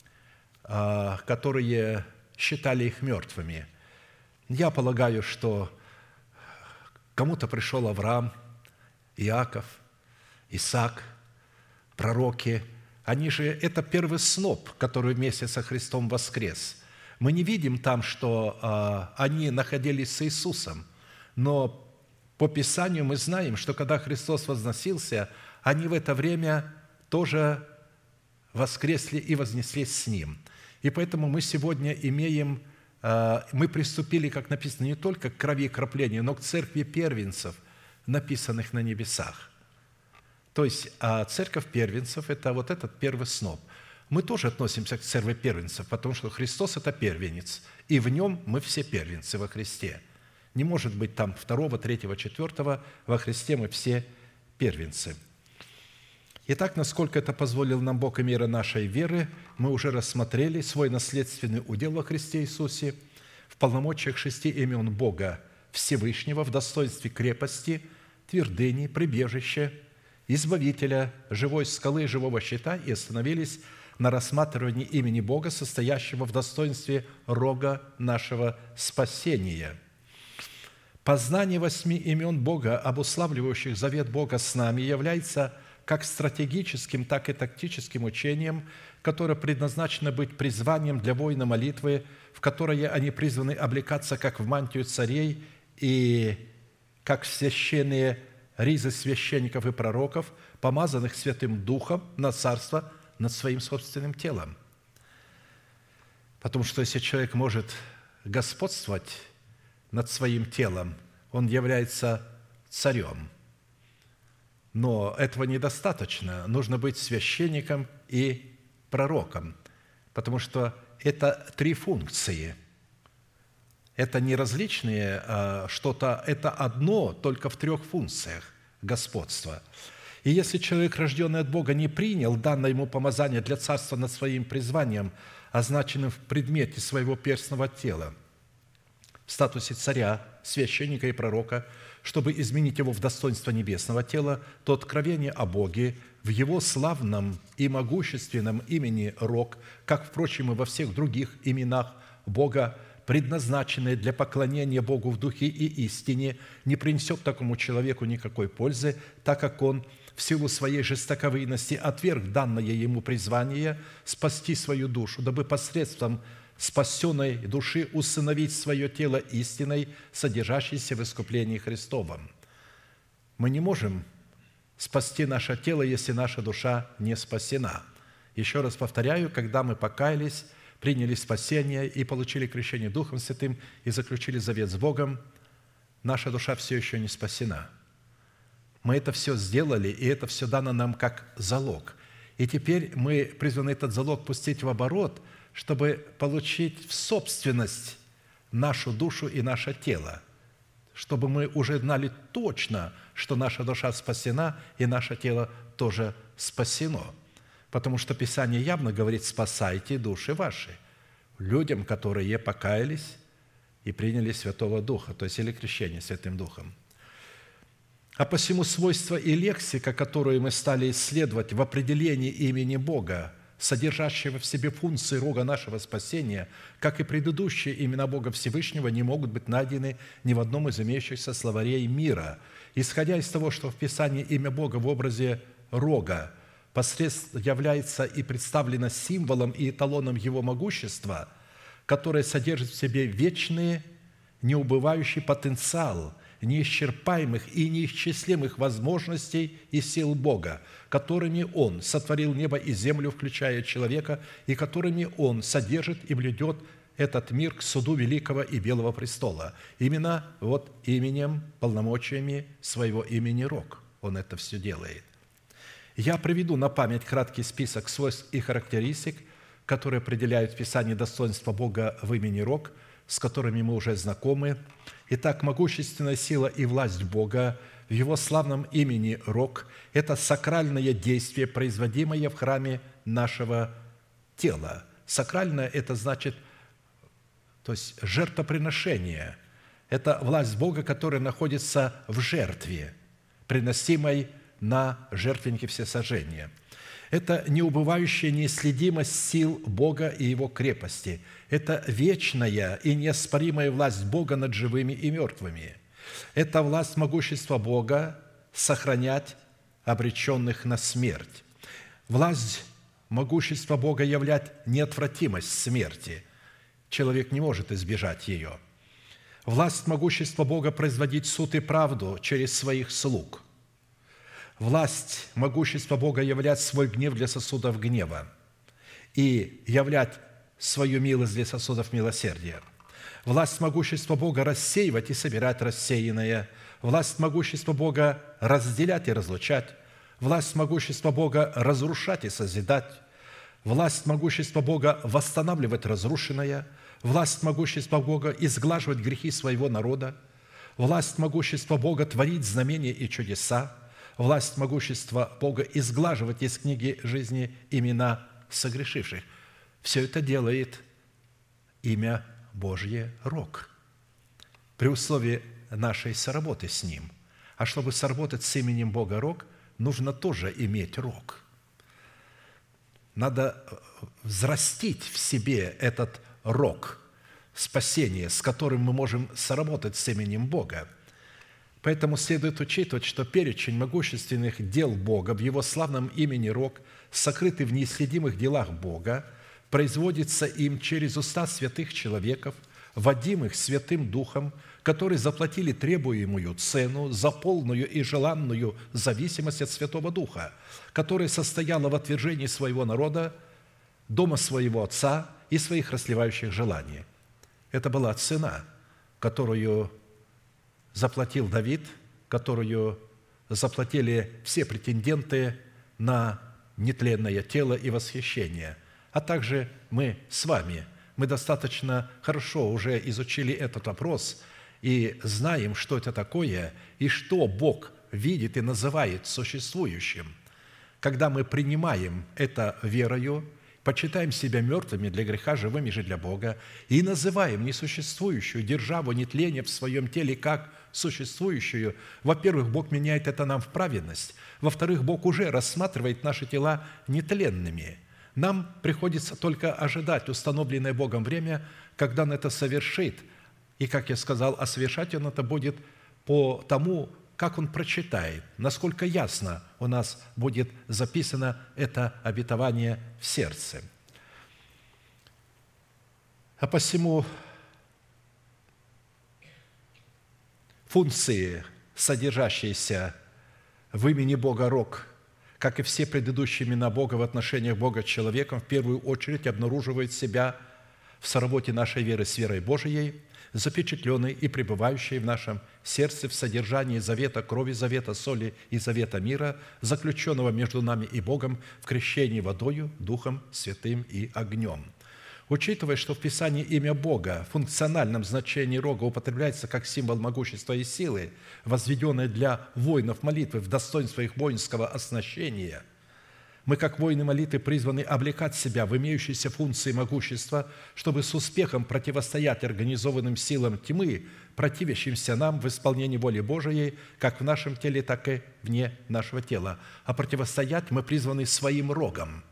которые считали их мертвыми. Я полагаю, что кому-то пришел Авраам, Иаков, Исаак, пророки. Они же, это первый сноп, который вместе со Христом воскрес. Мы не видим там, что они находились с Иисусом, но по Писанию мы знаем, что когда Христос возносился, они в это время тоже воскресли и вознеслись с Ним. И поэтому мы сегодня имеем, мы приступили, как написано, не только к крови краплению, но к церкви первенцев, написанных на небесах. То есть церковь первенцев – это вот этот первый сноп. Мы тоже относимся к церкви первенцев, потому что Христос – это первенец, и в Нем мы все первенцы во Христе. Не может быть там 2, 3, 4, во Христе мы все первенцы. Итак, насколько это позволил нам Бог и мера нашей веры, мы уже рассмотрели свой наследственный удел во Христе Иисусе в полномочиях 6 имен Бога Всевышнего, в достоинстве крепости, твердыни, прибежища, избавителя, живой скалы, живого щита, и остановились на рассматривании имени Бога, состоящего в достоинстве рога нашего спасения. Познание 8 имен Бога, обуславливающих завет Бога с нами, является как стратегическим, так и тактическим учением, которое предназначено быть призванием для воина молитвы, в которое они призваны облекаться как в мантию царей и как в священные ризы священников и пророков, помазанных Святым Духом на царство над своим собственным телом. Потому что если человек может господствовать над своим телом, он является царем. Но этого недостаточно. Нужно быть священником и пророком, потому что это 3 функции. Это не различные что-то, это одно, только в 3 функциях господства. И если человек, рожденный от Бога, не принял данное ему помазание для царства над своим призванием, означенным в предмете своего перстного тела, в статусе царя, священника и пророка, чтобы изменить его в достоинство небесного тела, то откровение о Боге в Его славном и могущественном имени Рог, как, впрочем, и во всех других именах Бога, предназначенное для поклонения Богу в духе и истине, не принесет такому человеку никакой пользы, так как он в силу своей жестоковыйности отверг данное ему призвание спасти свою душу, дабы посредством спасенной души усыновить свое тело истиной, содержащейся в искуплении Христовом. Мы не можем спасти наше тело, если наша душа не спасена. Еще раз повторяю, когда мы покаялись, приняли спасение и получили крещение Духом Святым и заключили завет с Богом, наша душа все еще не спасена. Мы это все сделали, и это все дано нам как залог. И теперь мы призваны этот залог пустить в оборот, чтобы получить в собственность нашу душу и наше тело, чтобы мы уже знали точно, что наша душа спасена и наше тело тоже спасено. Потому что Писание явно говорит: «Спасайте души ваши» людям, которые покаялись и приняли Святого Духа, то есть или крещение Святым Духом. А посему свойства и лексика, которую мы стали исследовать в определении имени Бога, содержащего в себе функции рога нашего спасения, как и предыдущие имена Бога Всевышнего, не могут быть найдены ни в одном из имеющихся словарей мира. Исходя из того, что в Писании имя Бога в образе рога является и представлено символом и эталоном Его могущества, которое содержит в себе вечный, неубывающий потенциал неисчерпаемых и неисчислимых возможностей и сил Бога, которыми Он сотворил небо и землю, включая человека, и которыми Он содержит и блюдет этот мир к суду великого и белого престола. Именно вот именем, полномочиями своего имени Рог Он это все делает. Я приведу на память краткий список свойств и характеристик, которые определяют в Писании достоинство Бога в имени Рог, с которыми мы уже знакомы. Итак, могущественная сила и власть Бога в Его славном имени Рог – это сакральное действие, производимое в храме нашего тела. Сакральное – это значит, то есть жертвоприношение. Это власть Бога, которая находится в жертве, приносимой на жертвеннике всесожжения. Это неубывающая неисследимость сил Бога и Его крепости. Это вечная и неоспоримая власть Бога над живыми и мертвыми. Это власть могущества Бога сохранять обреченных на смерть. Власть могущества Бога являть неотвратимость смерти. Человек не может избежать ее. Власть могущества Бога производить суд и правду через своих слуг. Власть могущества Бога являть свой гнев для сосудов гнева и являть свою милость для сосудов милосердия. Власть могущества Бога рассеивать и собирать рассеянное. Власть могущества Бога разделять и разлучать. Власть могущества Бога разрушать и созидать. Власть могущества Бога восстанавливать разрушенное. Власть могущества Бога изглаживать грехи своего народа. Власть могущества Бога творить знамения и чудеса. Власть могущества Бога изглаживать из книги жизни имена согрешивших. Все это делает имя Божье Рог при условии нашей соработы с Ним. А чтобы соработать с именем Бога Рог, нужно тоже иметь Рог. Надо взрастить в себе этот Рог спасения, с которым мы можем соработать с именем Бога. Поэтому следует учитывать, что перечень могущественных дел Бога в Его славном имени Рог, сокрытый в неисследимых делах Бога, производится им через уста святых человеков, водимых Святым Духом, которые заплатили требуемую цену за полную и желанную зависимость от Святого Духа, которая состояла в отвержении своего народа, дома своего Отца и своих расливающих желаний. Это была цена, которую заплатил Давид, которую заплатили все претенденты на нетленное тело и восхищение, а также мы с вами. Мы достаточно хорошо уже изучили этот вопрос и знаем, что это такое и что Бог видит и называет существующим. Когда мы принимаем это верою, почитаем себя мертвыми для греха, живыми же для Бога, и называем несуществующую державу нетления в своем теле как существующую, во-первых, Бог меняет это нам в праведность, во-вторых, Бог уже рассматривает наши тела нетленными. Нам приходится только ожидать установленное Богом время, когда Он это совершит. И, как я сказал, а совершать Он это будет по тому, как Он прочитает, насколько ясно у нас будет записано это обетование в сердце. А посему функции, содержащиеся в имени Бога Рог, как и все предыдущие имена Бога в отношениях Бога с человеком, в первую очередь обнаруживает себя в соработе нашей веры с верой Божией, запечатленной и пребывающей в нашем сердце в содержании завета крови, завета соли и завета мира, заключенного между нами и Богом в крещении водою, Духом Святым и огнем. Учитывая, что в Писании имя Бога в функциональном значении рога употребляется как символ могущества и силы, возведенное для воинов молитвы в достоинство их воинского оснащения, мы, как воины молитвы, призваны облекать себя в имеющиеся функции могущества, чтобы с успехом противостоять организованным силам тьмы, противящимся нам в исполнении воли Божией, как в нашем теле, так и вне нашего тела. А противостоять мы призваны своим рогом,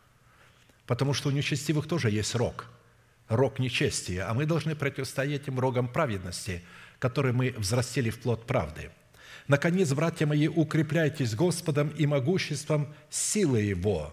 потому что у нечестивых тоже есть рог нечестия, а мы должны противостоять этим рогам праведности, которые мы взрастили в плод правды. Наконец, братья мои, укрепляйтесь Господом и могуществом силы Его.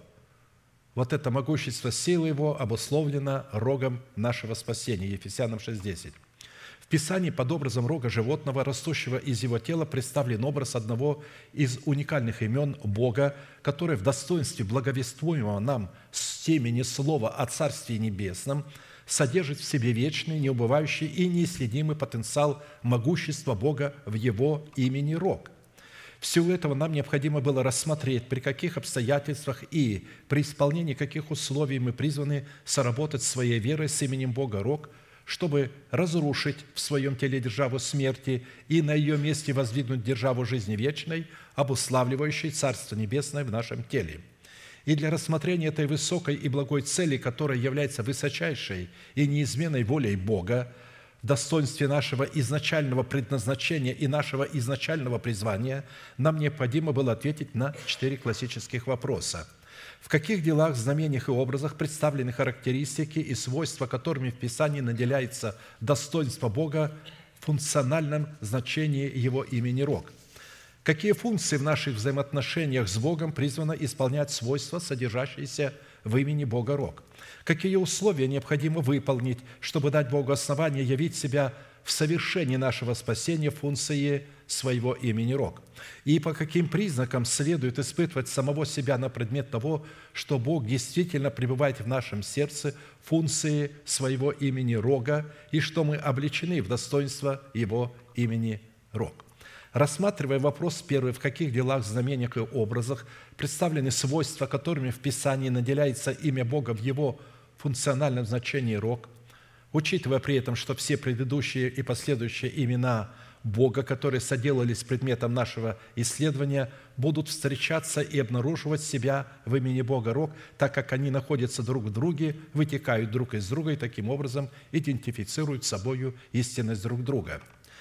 Вот это могущество силы Его обусловлено рогом нашего спасения. Ефесянам 6:10. В Писании под образом рога животного, растущего из его тела, представлен образ одного из уникальных имен Бога, который в достоинстве благовествуемого нам семени слова о Царстве Небесном содержит в себе вечный, неубывающий и неисследимый потенциал могущества Бога в Его имени Рог. В силу этого нам необходимо было рассмотреть, при каких обстоятельствах и при исполнении каких условий мы призваны соработать своей верой с именем Бога Рог, чтобы разрушить в своем теле державу смерти и на ее месте воздвигнуть державу жизни вечной, обуславливающей Царство Небесное в нашем теле. И для рассмотрения этой высокой и благой цели, которая является высочайшей и неизменной волей Бога, в достоинстве нашего изначального предназначения и нашего изначального призвания, нам необходимо было ответить на 4 классических вопроса. В каких делах, знамениях и образах представлены характеристики и свойства, которыми в Писании наделяется достоинство Бога в функциональном значении Его имени Рог? Какие функции в наших взаимоотношениях с Богом призвано исполнять свойства, содержащиеся в имени Бога Рог? Какие условия необходимо выполнить, чтобы дать Богу основание явить себя в совершении нашего спасения в функции своего имени Рог? И по каким признакам следует испытывать самого себя на предмет того, что Бог действительно пребывает в нашем сердце в функции своего имени Рога и что мы облечены в достоинство Его имени Рог? Рассматривая вопрос первый, в каких делах, знамениях и образах представлены свойства, которыми в Писании наделяется имя Бога в Его функциональном значении Рог, учитывая при этом, что все предыдущие и последующие имена Бога, которые соделались предметом нашего исследования, будут встречаться и обнаруживать себя в имени Бога Рог, так как они находятся друг в друге, вытекают друг из друга и таким образом идентифицируют собою истинность друг друга.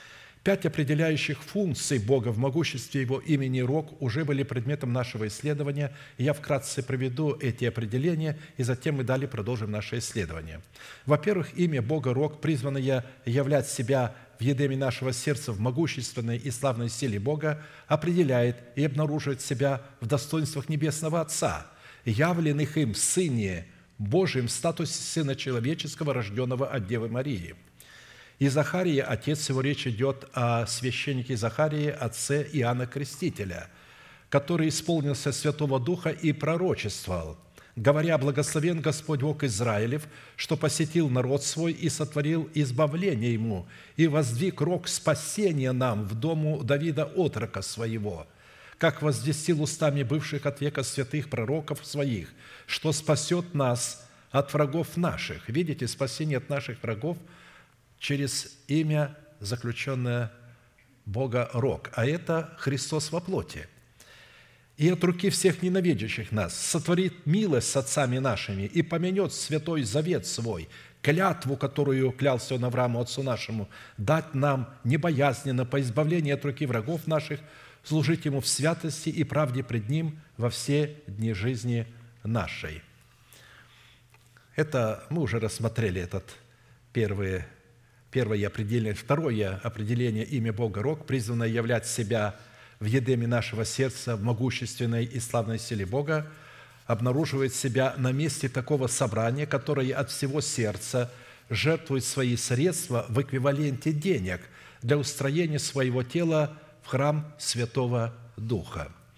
5 определяющих функций Бога в могуществе Его имени Рог уже были предметом нашего исследования. Я вкратце приведу эти определения, и затем мы далее продолжим наше исследование. Во-первых, имя Бога Рог, призванное являть себя в едеме нашего сердца в могущественной и славной силе Бога, определяет и обнаруживает себя в достоинствах Небесного Отца, явленных им в Сыне Божьем в статусе Сына Человеческого, рожденного от Девы Марии. И Захария, отец его, речь идет о священнике Захарии, отце Иоанна Крестителя, который исполнился Святого Духа и пророчествовал, говоря: «Благословен Господь Бог Израилев, что посетил народ свой и сотворил избавление ему, и воздвиг рог спасения нам в дому Давида отрока своего, как возвестил устами бывших от века святых пророков своих, что спасет нас от врагов наших». Видите, спасение от наших врагов через имя, заключенное Бога Рог, а это Христос во плоти. «И от руки всех ненавидящих нас сотворит милость с отцами нашими и помянет святой завет свой, клятву, которую клялся он Аврааму, отцу нашему, дать нам небоязненно по избавлению от руки врагов наших, служить Ему в святости и правде пред Ним во все дни жизни нашей». Это мы уже рассмотрели этот первое определение. Второе определение имя Бога Рог, призванное являть себя в едеме нашего сердца в могущественной и славной силе Бога, обнаруживает себя на месте такого собрания, которое от всего сердца жертвует свои средства в эквиваленте денег для устроения своего тела в храм Святого Духа.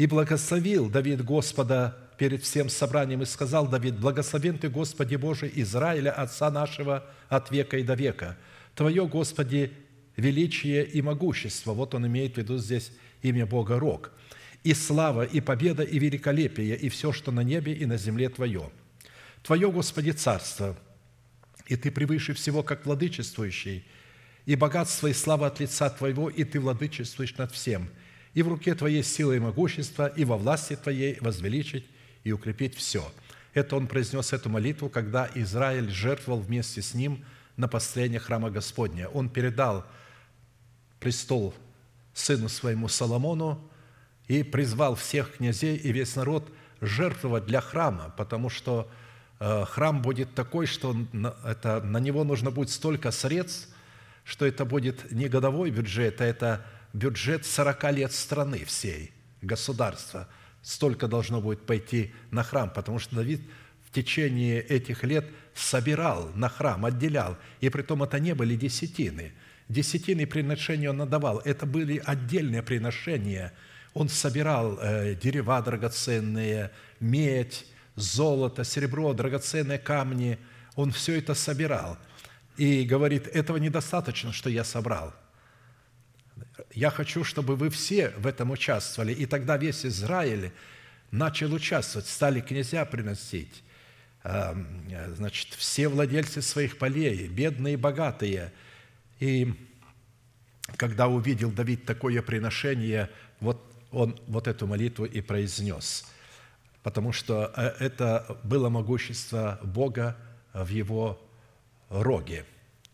И благословил Давид Господа перед всем собранием, и сказал Давид: «Благословен Ты, Господи Боже Израиля, Отца нашего, от века и до века. Твое, Господи, величие и могущество». Вот он имеет в виду здесь имя Бога Рог. «И слава, и победа, и великолепие, и все, что на небе и на земле Твое. Твое, Господи, царство, и Ты превыше всего, как владычествующий, и богатство и слава от лица Твоего, и Ты владычествуешь над всем. И в руке Твоей сила и могущество, и во власти Твоей возвеличить и укрепить все». Это он произнес эту молитву, когда Израиль жертвовал вместе с ним на построение храма Господня. Он передал престол сыну своему Соломону и призвал всех князей и весь народ жертвовать для храма, потому что храм будет такой, что на него нужно будет столько средств, что это будет не годовой бюджет, а это бюджет 40 лет страны всей, государства. Столько должно будет пойти на храм, потому что Давид в течение этих лет собирал на храм, отделял. И притом это не были десятины. Десятины приношения он отдавал. Это были отдельные приношения. Он собирал дерева драгоценные, медь, золото, серебро, драгоценные камни. Он все это собирал. И говорит: этого недостаточно, что я собрал. Я хочу, чтобы вы все в этом участвовали. И тогда весь Израиль начал участвовать, стали князья приносить. Значит, все владельцы своих полей, бедные и богатые. И когда увидел Давид такое приношение, вот он вот эту молитву и произнес, потому что это было могущество Бога в его роге.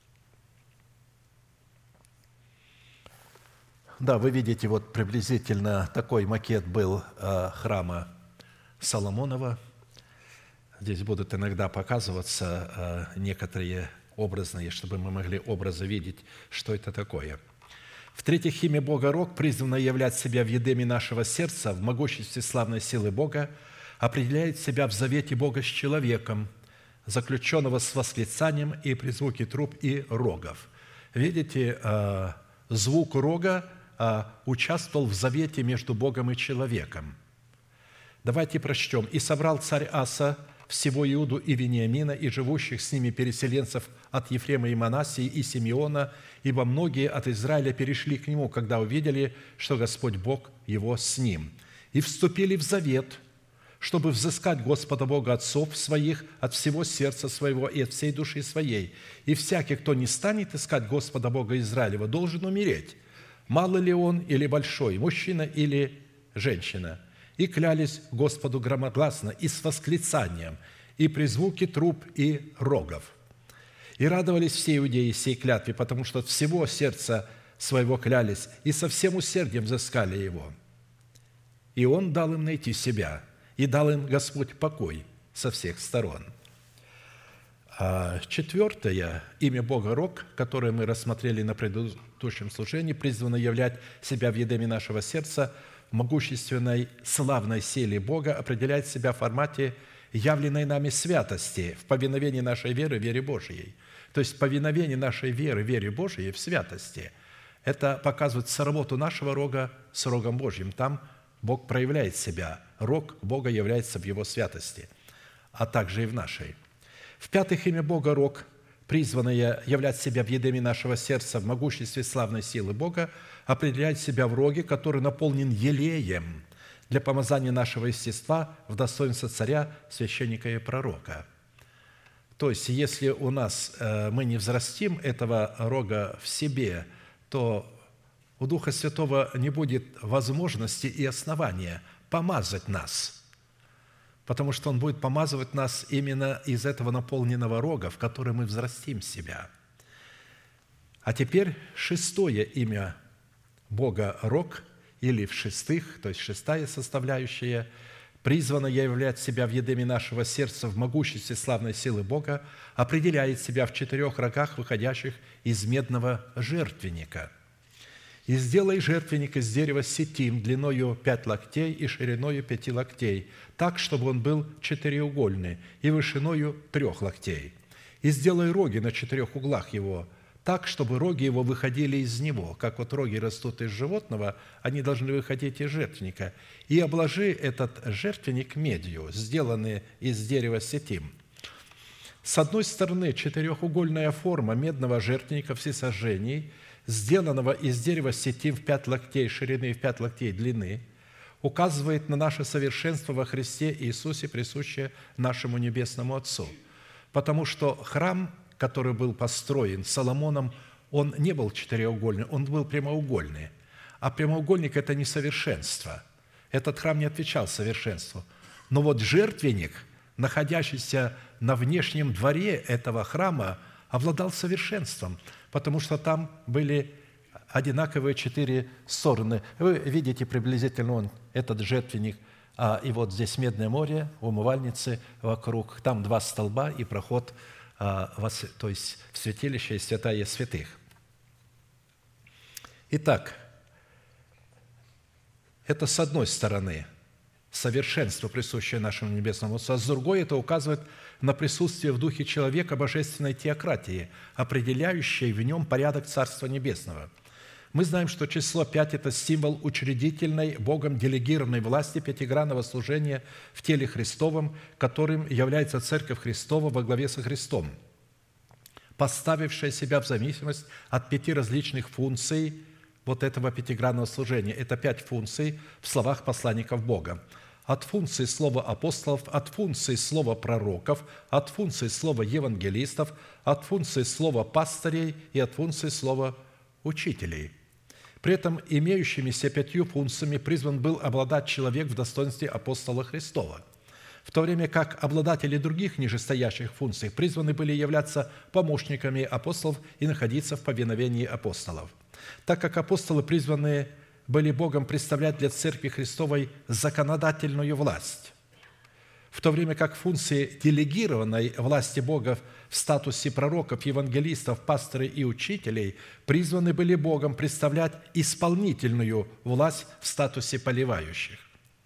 Да, вы видите, вот приблизительно такой макет был храма Соломонова. Здесь будут иногда показываться некоторые образные, чтобы мы могли образы видеть, что это такое. В-третьих, имя Бога Рог призвано являть себя в едеме нашего сердца, в могуществе славной силы Бога, определяет себя в завете Бога с человеком, заключенного с восклицанием и при звуке труб и рогов. Видите, звук рога участвовал в завете между Богом и человеком. Давайте прочтем. «И собрал царь Аса всего Иуду и Вениамина, и живущих с ними переселенцев от Ефрема и Манассии, и Симеона, ибо многие от Израиля перешли к нему, когда увидели, что Господь Бог его с ним. И вступили в завет, чтобы взыскать Господа Бога отцов своих от всего сердца своего и от всей души своей. И всякий, кто не станет искать Господа Бога Израилева, должен умереть, мало ли он или большой, мужчина или женщина. И клялись Господу громогласно и с восклицанием, и при звуке труб и рогов. И радовались все иудеи сей клятве, потому что от всего сердца своего клялись, и со всем усердием взыскали его. И он дал им найти себя, и дал им Господь покой со всех сторон». Четвертое, имя Бога Рог, которое мы рассмотрели на предыдущем служении, призвано являть себя в едеме нашего сердца, в могущественной славной силе Бога, определяет себя в формате явленной нами святости, в повиновении нашей веры, вере Божией. То есть повиновение нашей веры, вере Божией в святости. Это показывает соработу нашего рога с рогом Божьим. Там Бог проявляет себя. Рог Бога является в Его святости, а также и в нашей. В-пятых, имя Бога Рог, призванное являть себя в едеме нашего сердца, в могуществе славной силы Бога, определяет себя в роге, который наполнен елеем для помазания нашего естества в достоинство царя, священника и пророка. То есть, если у нас мы не взрастим этого рога в себе, то у Духа Святого не будет возможности и основания помазать нас, потому что Он будет помазывать нас именно из этого наполненного рога, в который мы взрастим себя. А теперь шестое имя Бога Рог, или в-шестых, то есть шестая составляющая, призвана являть себя в едеме нашего сердца в могуществе славной силы Бога, определяет себя в 4 рогах, выходящих из медного жертвенника. «И сделай жертвенник из дерева ситим длиною 5 локтей и шириною 5 локтей, так, чтобы он был четыреугольный, и вышиною 3 локтей. И сделай роги на 4 углах его, так, чтобы роги его выходили из него. Как вот роги растут из животного, они должны выходить из жертвенника. И обложи этот жертвенник медью, сделанный из дерева сетим. С одной стороны, четырехугольная форма медного жертвенника всесожжений, сделанного из дерева сетим в 5 локтей ширины и в 5 локтей длины, указывает на наше совершенство во Христе Иисусе, присущее нашему Небесному Отцу. Потому что храм, который был построен Соломоном, он не был четырехугольный, он был прямоугольный. А прямоугольник – это несовершенство. Этот храм не отвечал совершенству. Но вот жертвенник, находящийся на внешнем дворе этого храма, обладал совершенством, потому что там были одинаковые 4 стороны. Вы видите приблизительно этот жертвенник, и вот здесь Медное море, умывальницы вокруг, там 2 столба и проход, то есть в святилище и святая святых. Итак, это с одной стороны совершенство, присущее нашему Небесному Отцу, а с другой это указывает на присутствие в духе человека божественной теократии, определяющей в нем порядок Царства Небесного. Мы знаем, что число 5 – это символ учредительной, Богом делегированной власти пятигранного служения в теле Христовом, которым является Церковь Христова во главе со Христом, поставившая себя в зависимость от 5 различных функций вот этого пятигранного служения. Это 5 функций в словах посланников Бога. От функции слова апостолов, от функции слова пророков, от функции слова евангелистов, от функции слова пастырей и от функции слова учителей. При этом имеющимися 5 функциями призван был обладать человек в достоинстве апостола Христова, в то время как обладатели других нижестоящих функций призваны были являться помощниками апостолов и находиться в повиновении апостолов. Так как апостолы призваны были Богом представлять для Церкви Христовой законодательную власть, в то время как функции делегированной власти Бога в статусе пророков, евангелистов, пастырей и учителей призваны были Богом представлять исполнительную власть в статусе повелевающих.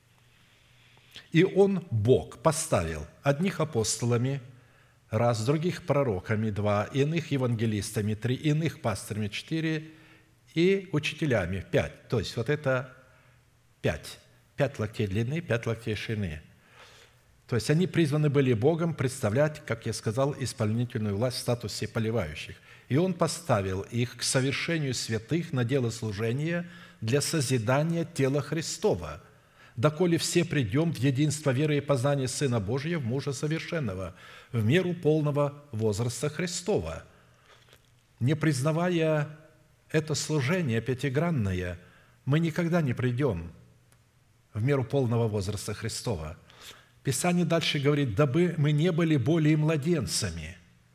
И Он, Бог, поставил одних апостолами, раз, других пророками, 2, иных евангелистами, 3, иных пастырями, 4, и учителями, 5. То есть вот это 5. 5 локтей длины, 5 локтей ширины. То есть они призваны были Богом представлять, как я сказал, исполнительную власть в статусе повелевающих. И Он поставил их к совершению святых на дело служения для созидания тела Христова, доколе все придем в единство веры и познания Сына Божия, в мужа совершенного, в меру полного возраста Христова. Не признавая это служение пятигранное, мы никогда не придем в меру полного возраста Христова. Писание дальше говорит: «Дабы мы не были более младенцами,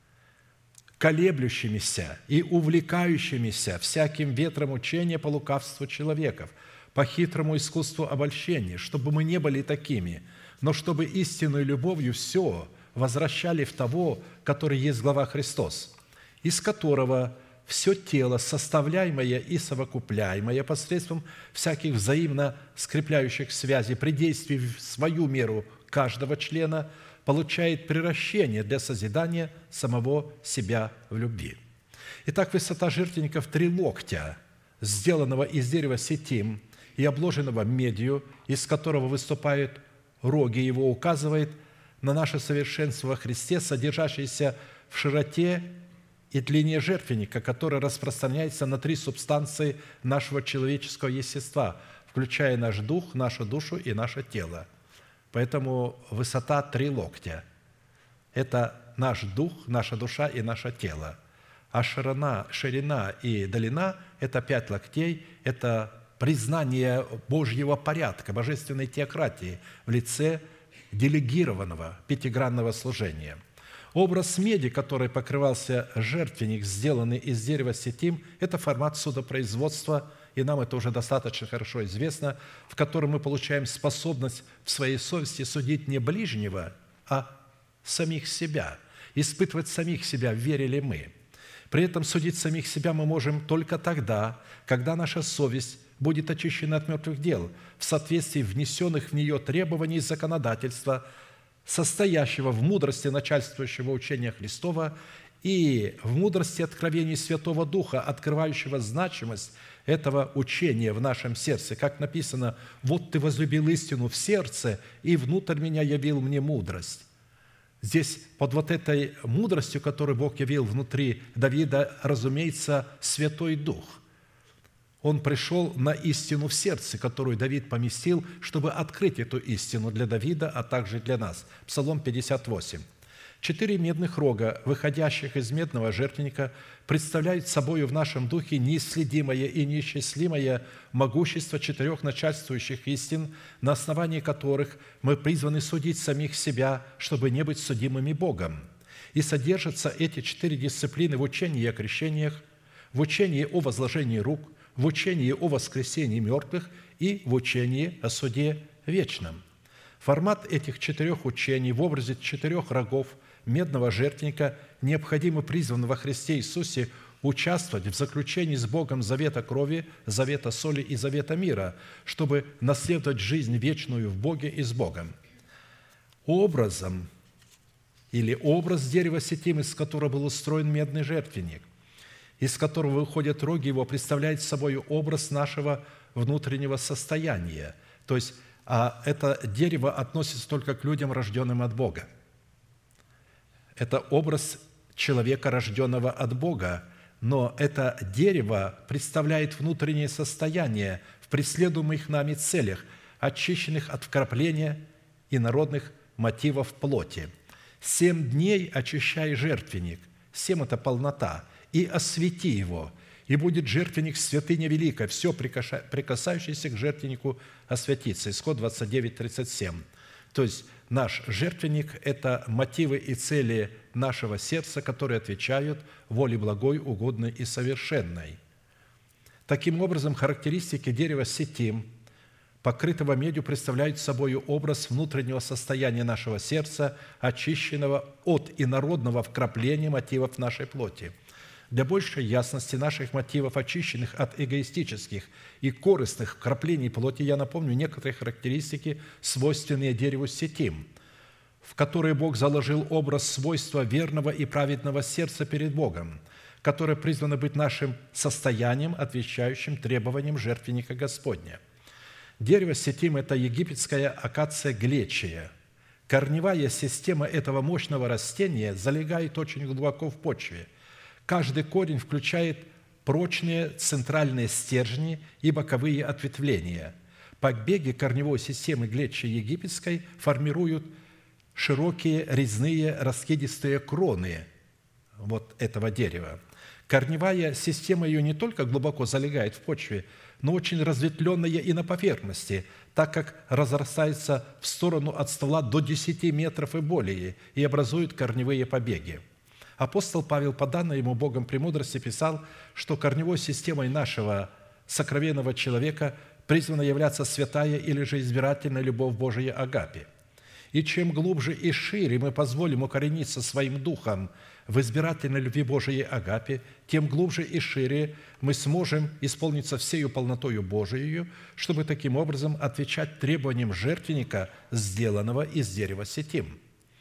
колеблющимися и увлекающимися всяким ветром учения по лукавству человеков, по хитрому искусству обольщения, чтобы мы не были такими, но чтобы истинной любовью все возвращали в того, который есть глава Христос, из которого все тело, составляемое и совокупляемое посредством всяких взаимно скрепляющих связей при действии в свою меру каждого члена, получает приращение для созидания самого себя в любви». Итак, высота жертвенников 3 локтя, сделанного из дерева сетим и обложенного медью, из которого выступают роги его, указывает на наше совершенство во Христе, содержащееся в широте и длине жертвенника, который распространяется на 3 субстанции нашего человеческого естества, включая наш дух, нашу душу и наше тело. Поэтому высота 3 локтя – это наш дух, наша душа и наше тело. А ширина и длина – это 5 локтей, это признание Божьего порядка, божественной теократии в лице делегированного пятигранного служения. Образ меди, которой покрывался жертвенник, сделанный из дерева сетим, это формат судопроизводства, и нам это уже достаточно хорошо известно, в котором мы получаем способность в своей совести судить не ближнего, а самих себя, испытывать самих себя, верили мы. При этом судить самих себя мы можем только тогда, когда наша совесть будет очищена от мертвых дел в соответствии внесенных в нее требований законодательства, состоящего в мудрости начальствующего учения Христова и в мудрости откровений Святого Духа, открывающего значимость этого учения в нашем сердце. Как написано: «Вот ты возлюбил истину в сердце, и внутрь меня явил мне мудрость». Здесь под вот этой мудростью, которую Бог явил внутри Давида, разумеется, Святой Дух. Он пришел на истину в сердце, которую Давид поместил, чтобы открыть эту истину для Давида, а также для нас. Псалом 58. 4 медных рога, выходящих из медного жертвенника, представляют собою в нашем духе неисследимое и неисчислимое могущество 4 начальствующих истин, на основании которых мы призваны судить самих себя, чтобы не быть судимыми Богом. И содержатся эти 4 дисциплины в учении о крещениях, в учении о возложении рук, в учении о воскресении мертвых и в учении о суде вечном. Формат этих 4 учений в образе 4 рогов медного жертвенника необходимо призван во Христе Иисусе участвовать в заключении с Богом завета крови, завета соли и завета мира, чтобы наследовать жизнь вечную в Боге и с Богом. Образом или образ дерева сетим, из которого был устроен медный жертвенник, из которого выходят роги его, представляет собой образ нашего внутреннего состояния. То есть это дерево относится только к людям, рожденным от Бога. Это образ человека, рожденного от Бога, но это дерево представляет внутреннее состояние в преследуемых нами целях, очищенных от вкрапления инородных мотивов плоти. 7 дней очищай жертвенник, 7 – это полнота, и освети его, и будет жертвенник святыня великая, все прикасающееся к жертвеннику освятится». Исход 29:37. То есть наш жертвенник – это мотивы и цели нашего сердца, которые отвечают воле благой, угодной и совершенной. Таким образом, характеристики дерева сетим, покрытого медью, представляют собой образ внутреннего состояния нашего сердца, очищенного от инородного вкрапления мотивов нашей плоти. Для большей ясности наших мотивов, очищенных от эгоистических и корыстных вкраплений плоти, я напомню некоторые характеристики, свойственные дереву сетим, в которые Бог заложил образ свойства верного и праведного сердца перед Богом, которое призвано быть нашим состоянием, отвечающим требованиям жертвенника Господня. Дерево сетим – это египетская акация глечия. Корневая система этого мощного растения залегает очень глубоко в почве. Каждый корень включает прочные центральные стержни и боковые ответвления. Побеги корневой системы глечи египетской формируют широкие резные раскидистые кроны вот этого дерева. Корневая система ее не только глубоко залегает в почве, но очень разветвленная и на поверхности, так как разрастается в сторону от ствола до 10 метров и более и образует корневые побеги. Апостол Павел, по данной ему Богом премудрости, писал, что корневой системой нашего сокровенного человека призвана являться святая или же избирательная любовь Божия агапе. И чем глубже и шире мы позволим укорениться своим духом в избирательной любви Божией агапе, тем глубже и шире мы сможем исполниться всею полнотою Божией, чтобы таким образом отвечать требованиям жертвенника, сделанного из дерева сетим.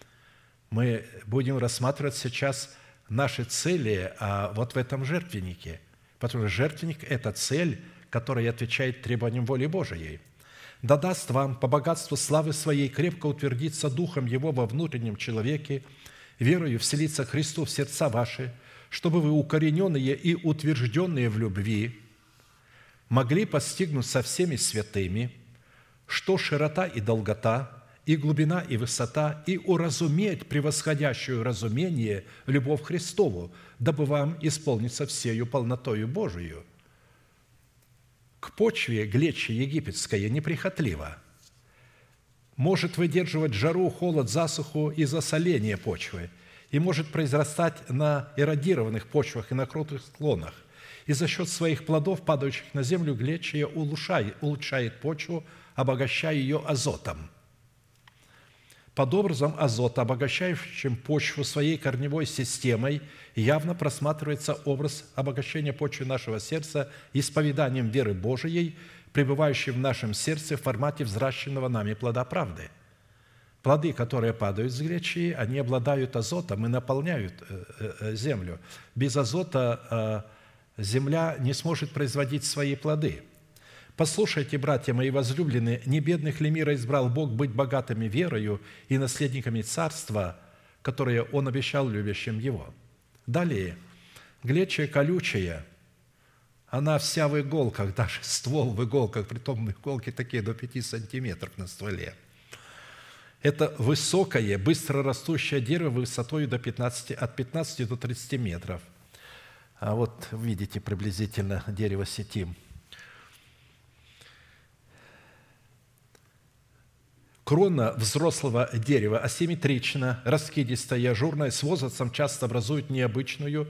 Мы будем рассматривать сейчас наши цели вот в этом жертвеннике, потому что жертвенник – это цель, которая отвечает требованиям воли Божией. «Да даст вам по богатству славы своей крепко утвердиться Духом Его во внутреннем человеке, верою вселиться Христу в сердца ваши, чтобы вы, укорененные и утвержденные в любви, могли постигнуть со всеми святыми, что широта и долгота, и глубина, и высота, и уразуметь превосходящую разумение любовь Христову, дабы вам исполниться всею полнотою Божию». К почве глечи египетская неприхотлива, может выдерживать жару, холод, засуху и засоление почвы, и может произрастать на эродированных почвах и на крутых склонах. И за счет своих плодов, падающих на землю, глечия улучшает почву, обогащая ее азотом. Под образом азота, обогащающим почву своей корневой системой, явно просматривается образ обогащения почвы нашего сердца исповеданием веры Божией, пребывающей в нашем сердце в формате взращенного нами плода правды. плоды, которые падают с глечии, они обладают азотом и наполняют землю. Без азота земля не сможет производить свои плоды. «Послушайте, братья мои возлюбленные, не бедных ли мира избрал Бог быть богатыми верою и наследниками царства, которое Он обещал любящим Его?» Далее, глечия колючая, она вся в иголках, даже ствол в иголках, притом иголки такие до 5 сантиметров на стволе. Это высокое, быстро растущее дерево высотой от 15 до 30 метров. А вот видите приблизительно дерево сетим. Крона взрослого дерева асимметрична, раскидистая, ажурная, с возрастом часто образует необычную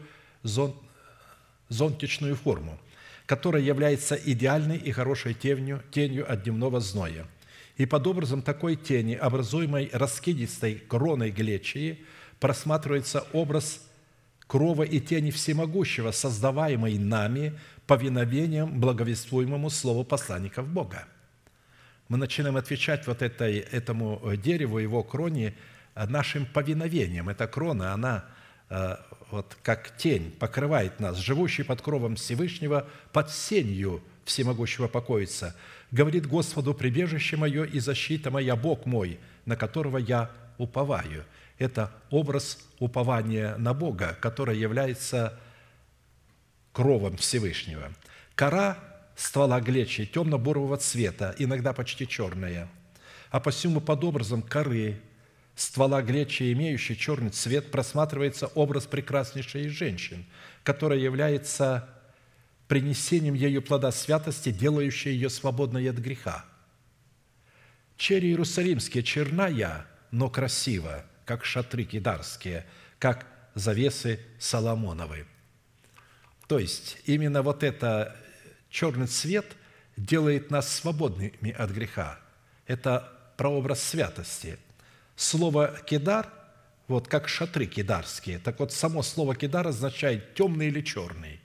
зонтичную форму, которая является идеальной и хорошей тенью от дневного зноя. И под образом такой тени, образуемой раскидистой кроной глечии, просматривается образ крова и тени всемогущего, создаваемый нами повиновением благовествуемому слову посланников Бога. Мы начинаем отвечать вот этому дереву, его кроне, нашим повиновением. Эта крона, она вот как тень покрывает нас, живущий под кровом Всевышнего, под сенью всемогущего покоится. Говорит Господу: «Прибежище мое и защита моя, Бог мой, на которого я уповаю». Это образ упования на Бога, который является кровом Всевышнего. Кора ствола глечи темно-бурового цвета, иногда почти черная, а посему под образом коры ствола глечи, имеющей черный цвет, просматривается образ прекраснейшей из женщин, которая является принесением ею плода святости, делающей ее свободной от греха. Черри иерусалимские черная, но красиво, как шатры кидарские, как завесы Соломоновы. То есть именно вот это черный цвет делает нас свободными от греха. Это прообраз святости. Слово «кедар», вот как шатры кидарские, так вот само слово «кедар» означает «темный» или «черный».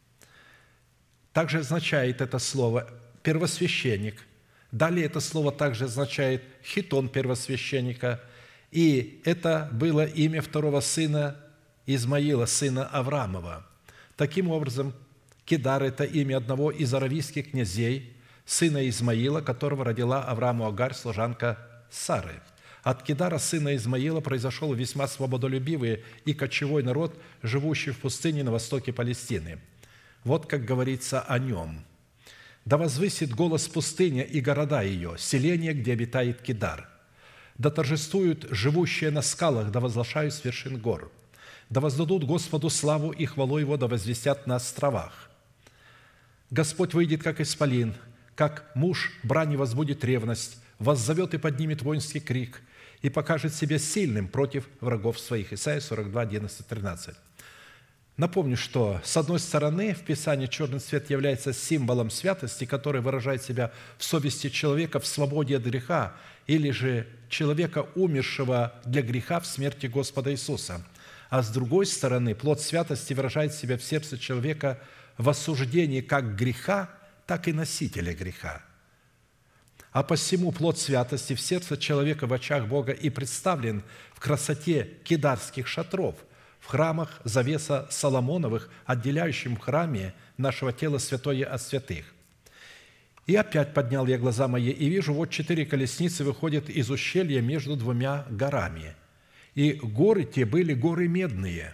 Также означает это слово «первосвященник». Далее это слово также означает «хитон первосвященника». И это было имя второго сына Измаила, сына Авраамова. Таким образом, Кедар – это имя одного из аравийских князей, сына Измаила, которого родила Аврааму Агарь, служанка Сары. От Кедара, сына Измаила, произошел весьма свободолюбивый и кочевой народ, живущий в пустыне на востоке Палестины. Вот как говорится о нем. «Да возвысит голос пустыня и города ее, селение, где обитает Кедар. Да торжествуют живущие на скалах, да возглашают с вершин гор. Да воздадут Господу славу и хвалу Его, да возвестят на островах. Господь выйдет, как исполин, как муж брани возбудит ревность, воззовет и поднимет воинский крик, и покажет себя сильным против врагов своих». Исайя 42, 11, 13. Напомню, что, с одной стороны, в Писании черный цвет является символом святости, который выражает себя в совести человека в свободе от греха, или же человека, умершего для греха в смерти Господа Иисуса. А с другой стороны, плод святости выражает себя в сердце человека в осуждении как греха, так и носителя греха. А посему плод святости в сердце человека в очах Бога и представлен в красоте кедарских шатров, в храмах завеса Соломоновых, отделяющим в храме нашего тела святое от святых. «И опять поднял я глаза мои, и вижу, вот 4 колесницы выходят из ущелья между 2 горами. И горы те были горы медные.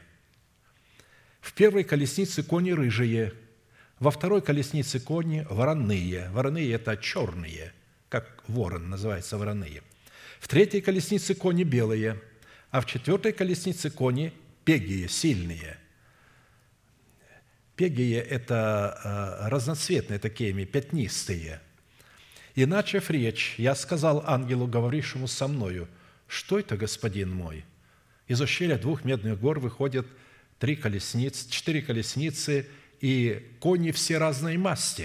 В первой колеснице кони рыжие, во второй колеснице кони вороные». Вороные – это черные, как ворон называется вороные. В третьей колеснице кони белые, а в четвертой колеснице кони пегие, сильные. Пегие – это разноцветные такие, пятнистые. «И, начав речь, я сказал ангелу, говорившему со мною: что это, господин мой?» Из ущелья 2 медных гор выходят 4 колесницы и кони все разной масти.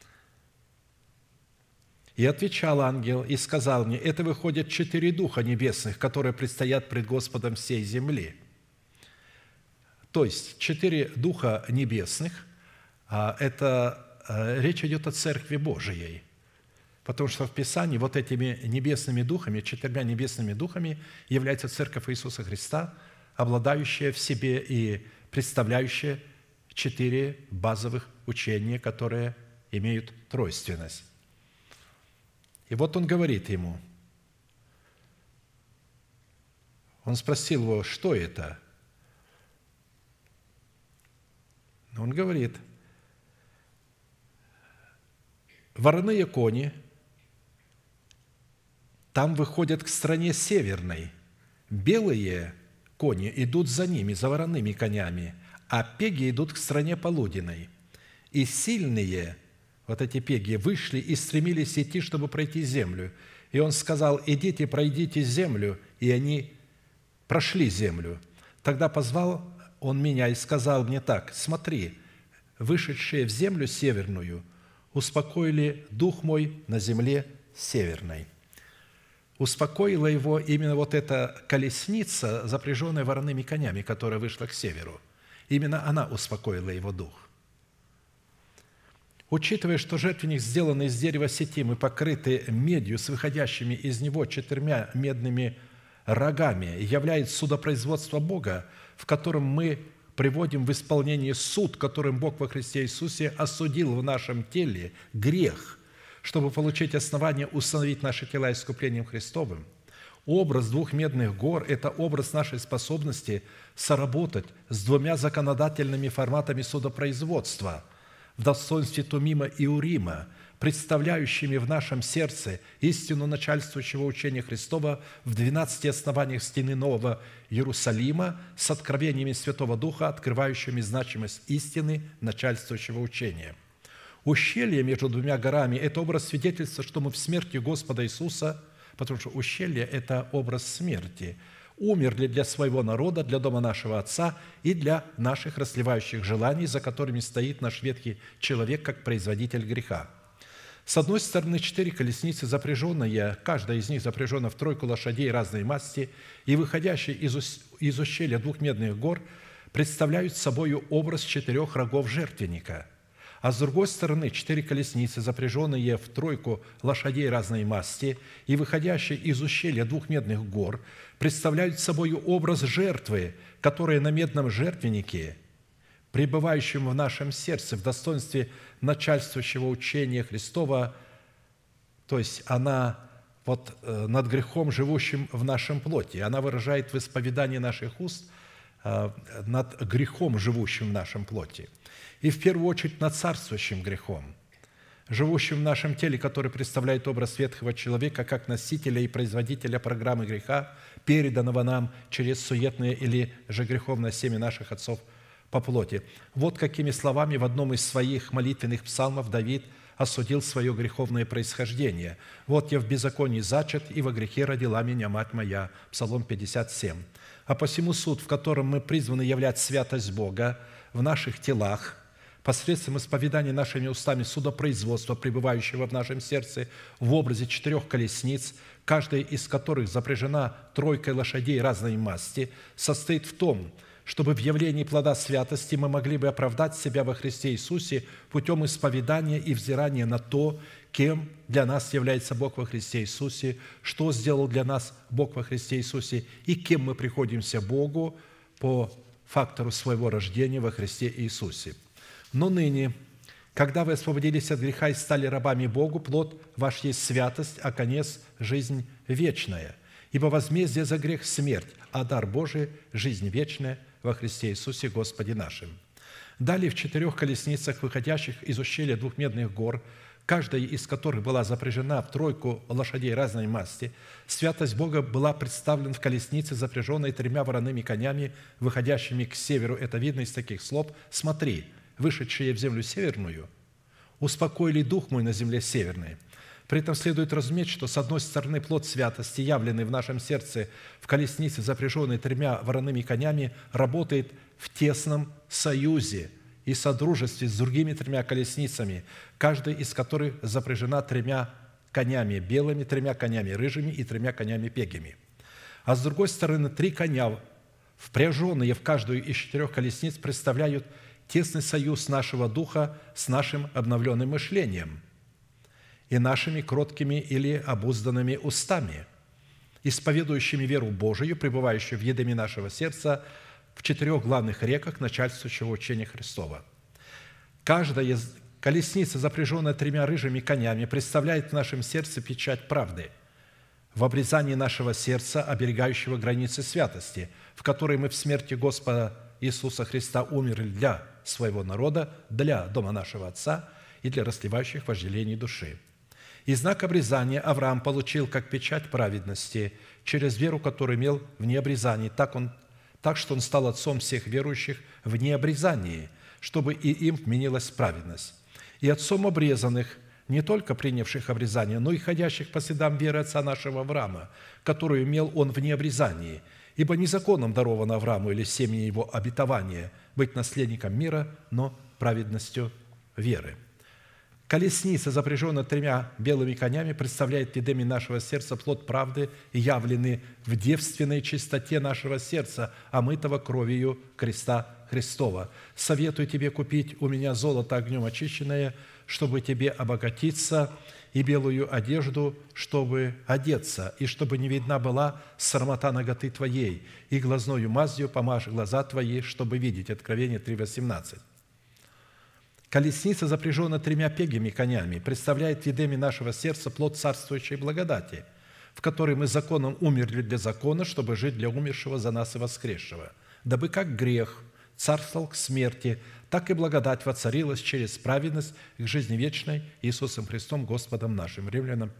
И отвечал ангел и сказал мне: это выходят 4 духа небесных, которые предстоят пред Господом всей земли. То есть 4 духа небесных – это речь идет о Церкви Божией, Потому что в Писании вот этими небесными духами, 4 небесными духами является Церковь Иисуса Христа, обладающая в себе и представляющая 4 базовых учения, которые имеют тройственность. И вот он говорит ему, он спросил его, что это? Он говорит, вороные кони там выходят к стране северной. Белые кони идут за ними, за вороными конями, а пеги идут к стране полуденной. И сильные, вот эти пеги, вышли и стремились идти, чтобы пройти землю. И он сказал, идите, пройдите землю, и они прошли землю. Тогда позвал он меня и сказал мне так, смотри, вышедшие в землю северную успокоили дух мой на земле северной. Успокоила его именно вот эта колесница, запряженная вороными конями, которая вышла к северу. Именно она успокоила его дух. Учитывая, что жертвенник, сделанный из дерева сетим и покрытый медью с выходящими из него 4 медными рогами, является судопроизводство Бога, в котором мы приводим в исполнение суд, которым Бог во Христе Иисусе осудил в нашем теле грех, чтобы получить основание установить наши тела искуплением Христовым. Образ 2 медных гор – это образ нашей способности соработать с 2 законодательными форматами судопроизводства в достоинстве Тумима и Урима, представляющими в нашем сердце истину начальствующего учения Христова в 12 основаниях стены Нового Иерусалима с откровениями Святого Духа, открывающими значимость истины начальствующего учения. Ущелье между 2 горами – это образ свидетельства, что мы в смерти Господа Иисуса, потому что ущелье – это образ смерти, умерли для своего народа, для дома нашего Отца и для наших расливающих желаний, за которыми стоит наш ветхий человек, как производитель греха. С одной стороны, 4 колесницы, запряженные, каждая из них запряжена в 3 лошадей разной масти и выходящие из ущелья 2 медных гор, представляют собой образ 4 рогов жертвенника. А с другой стороны, 4 колесницы, запряженные в 3 лошадей разной масти и выходящие из ущелья 2 медных гор, представляют собой образ жертвы, которая на медном жертвеннике, пребывающем в нашем сердце, в достоинстве начальствующего учения Христова, то есть она вот над грехом, живущим в нашем плоти. Она выражает в исповедании наших уст над грехом, живущим в нашем плоти. И в первую очередь над царствующим грехом, живущим в нашем теле, который представляет образ ветхого человека как носителя и производителя программы греха, переданного нам через суетное или же греховное семя наших отцов по плоти. Вот какими словами в одном из своих молитвенных псалмов Давид осудил свое греховное происхождение. «Вот я в беззаконии зачат, и во грехе родила меня мать моя». Псалом 57. «А посему суд, в котором мы призваны являть святость Бога в наших телах, посредством исповедания нашими устами судопроизводства, пребывающего в нашем сердце в образе 4 колесниц, каждая из которых запряжена 3 лошадей разной масти, состоит в том, чтобы в явлении плода святости мы могли бы оправдать себя во Христе Иисусе путем исповедания и взирания на то, кем для нас является Бог во Христе Иисусе, что сделал для нас Бог во Христе Иисусе и кем мы приходимся Богу по фактору своего рождения во Христе Иисусе. Но ныне, когда вы освободились от греха и стали рабами Богу, плод ваш есть святость, а конец – жизнь вечная. Ибо возмездие за грех – смерть, а дар Божий – жизнь вечная во Христе Иисусе Господе нашим. Далее в 4 колесницах, выходящих из ущелья 2 медных гор, каждая из которых была запряжена в 3 лошадей разной масти, святость Бога была представлена в колеснице, запряженной 3 вороными конями, выходящими к северу. Это видно из таких слов. «Смотри, вышедшие в землю северную, успокоили дух мой на земле северной». При этом следует разуметь, что, с одной стороны, плод святости, явленный в нашем сердце в колеснице, запряженной 3 вороными конями, работает в тесном союзе и содружестве с другими 3 колесницами, каждая из которых запряжена 3 конями белыми, 3 конями рыжими и 3 конями пегими. А с другой стороны, 3 коня, впряженные в каждую из 4 колесниц, представляют тесный союз нашего духа с нашим обновленным мышлением. и нашими кроткими или обузданными устами, исповедующими веру Божию, пребывающую в едеме нашего сердца, в 4 главных реках начальствующего учения Христова. Каждая колесница, запряженная 3 рыжими конями, представляет в нашем сердце печать правды, в обрезании нашего сердца, оберегающего границы святости, в которой мы в смерти Господа Иисуса Христа умерли для своего народа, для дома нашего Отца и для растлевающих вожделений души. И знак обрезания Авраам получил как печать праведности через веру, которую имел в необрезании, так что он стал отцом всех верующих в необрезании, чтобы и им вменилась праведность. И отцом обрезанных, не только принявших обрезание, но и ходящих по следам веры отца нашего Авраама, которую имел он в необрезании. Ибо не законом даровано Аврааму или семени его обетование быть наследником мира, но праведностью веры. Колесница, запряженная 3 белыми конями, представляет в едеме нашего сердца плод правды, явленный в девственной чистоте нашего сердца, омытого кровью креста Христова. Советую тебе купить у меня золото огнем очищенное, чтобы тебе обогатиться, и белую одежду, чтобы одеться, и чтобы не видна была срамота наготы твоей, и глазною мазью помажь глаза твои, чтобы видеть». Откровение 3:18. Колесница, запряженная 3 пегими конями, представляет в едеме нашего сердца плод царствующей благодати, в которой мы законом умерли для закона, чтобы жить для умершего за нас и воскресшего, дабы как грех царствовал к смерти, так и благодать воцарилась через праведность к жизни вечной Иисусом Христом Господом нашим. Римлянам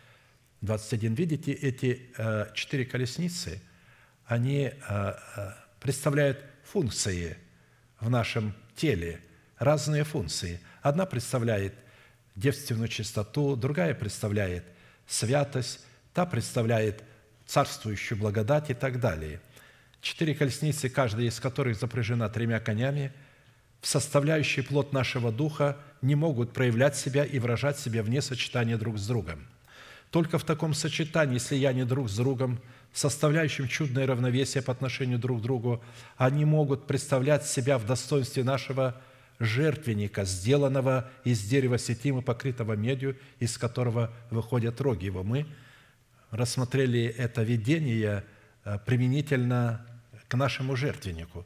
5:21. Видите, эти 4 колесницы, они представляют функции в нашем теле, разные функции. Одна представляет девственную чистоту, другая представляет святость, та представляет царствующую благодать и так далее. 4 колесницы, каждая из которых запряжена 3 конями, в составляющий плод нашего духа не могут проявлять себя и выражать себя вне сочетания друг с другом. Только в таком сочетании, слиянии друг с другом, составляющим чудное равновесие по отношению друг к другу, они могут представлять себя в достоинстве нашего жертвенника, сделанного из дерева сетимы, покрытого медью, из которого выходят роги его. Мы рассмотрели это видение применительно к нашему жертвеннику.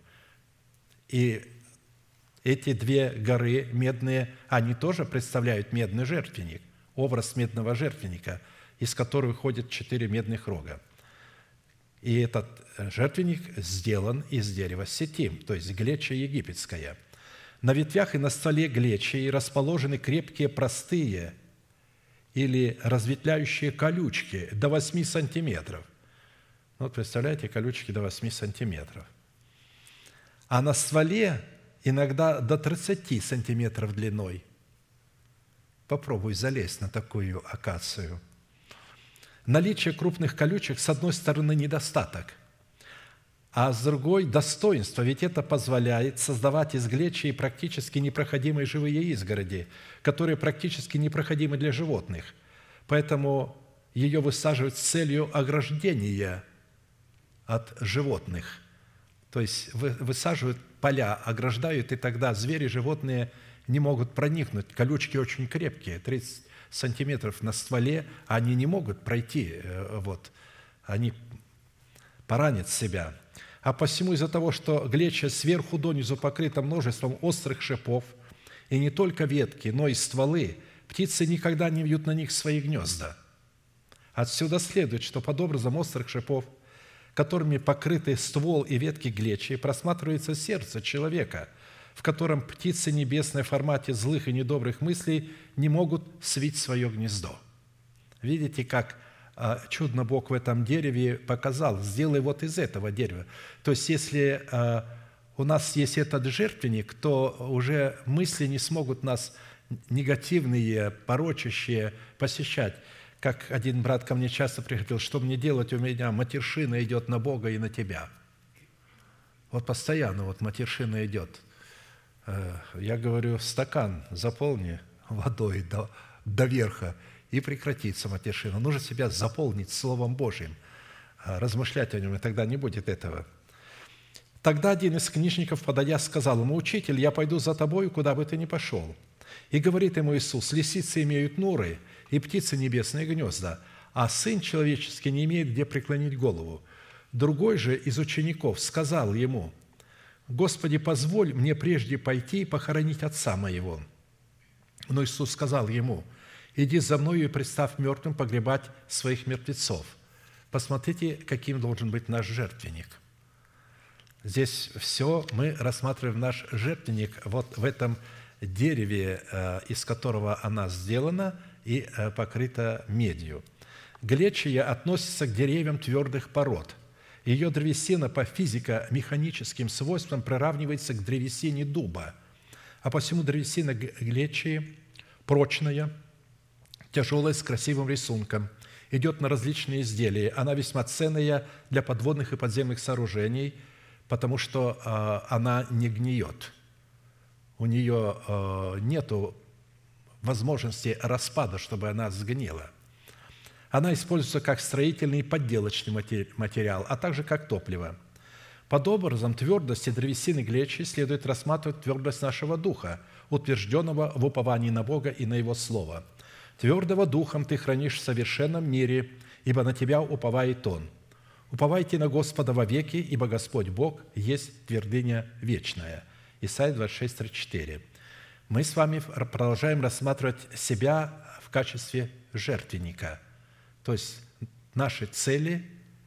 И эти 2 горы медные, они тоже представляют медный жертвенник, образ медного жертвенника, из которого выходят 4 медных рога. И этот жертвенник сделан из дерева сетим, то есть глеча египетская. На ветвях и на стволе глечи расположены крепкие простые или разветвляющие колючки до 8 сантиметров. Вот представляете, колючки до 8 сантиметров. А на стволе иногда до 30 сантиметров длиной. Попробуй залезть на такую акацию. Наличие крупных колючек, с одной стороны, недостаток, а с другой – достоинство, ведь это позволяет создавать из глечи практически непроходимые живые изгороди, которые практически непроходимы для животных. Поэтому ее высаживают с целью ограждения от животных. То есть высаживают поля, ограждают, и тогда звери, животные не могут проникнуть. Колючки очень крепкие, 30 сантиметров на стволе, они не могут пройти, они поранят себя. А посему из-за того, что глеча сверху донизу покрыта множеством острых шипов, и не только ветки, но и стволы, птицы никогда не вьют на них свои гнезда. Отсюда следует, что под образом острых шипов, которыми покрыты ствол и ветки глечи, просматривается сердце человека, в котором птицы небесные в формате злых и недобрых мыслей не могут свить свое гнездо. Видите, как чудно Бог в этом дереве показал: сделай вот из этого дерева. То есть, если у нас есть этот жертвенник, то уже мысли не смогут нас негативные, порочащие посещать. Как один брат ко мне часто приходил: что мне делать, у меня матершина идет на Бога и на тебя. Вот постоянно матершина идет. Я говорю: стакан заполни водой до верха, и прекратится матершина. Нужно себя заполнить Словом Божьим, размышлять о нем, и тогда не будет этого. Тогда один из книжников, подойдя, сказал ему: «Учитель, я пойду за тобою, куда бы ты ни пошел». И говорит ему Иисус: «Лисицы имеют норы, и птицы небесные гнезда, а Сын Человеческий не имеет где преклонить голову». Другой же из учеников сказал ему: «Господи, позволь мне прежде пойти и похоронить отца моего». Но Иисус сказал ему: «Иди за мною и представь мертвым погребать своих мертвецов». Посмотрите, каким должен быть наш жертвенник. Здесь все мы рассматриваем наш жертвенник вот в этом дереве, из которого она сделана и покрыта медью. Глечия относится к деревьям твердых пород. Ее древесина по физико-механическим свойствам приравнивается к древесине дуба, а посему древесина глечии прочная, тяжелая, с красивым рисунком, идет на различные изделия. Она весьма ценная для подводных и подземных сооружений, потому что она не гниет. У нее нет возможности распада, чтобы она сгнила. Она используется как строительный и подделочный материал, а также как топливо. Подобным образом, твердость и древесины глечи следует рассматривать твердость нашего духа, утвержденного в уповании на Бога и на Его Слово. «Твердого духом ты хранишь в совершенном мире, ибо на тебя уповает Он. Уповайте на Господа вовеки, ибо Господь Бог есть твердыня вечная». Исайя 26:34. Мы с вами продолжаем рассматривать себя в качестве жертвенника. То есть наши цели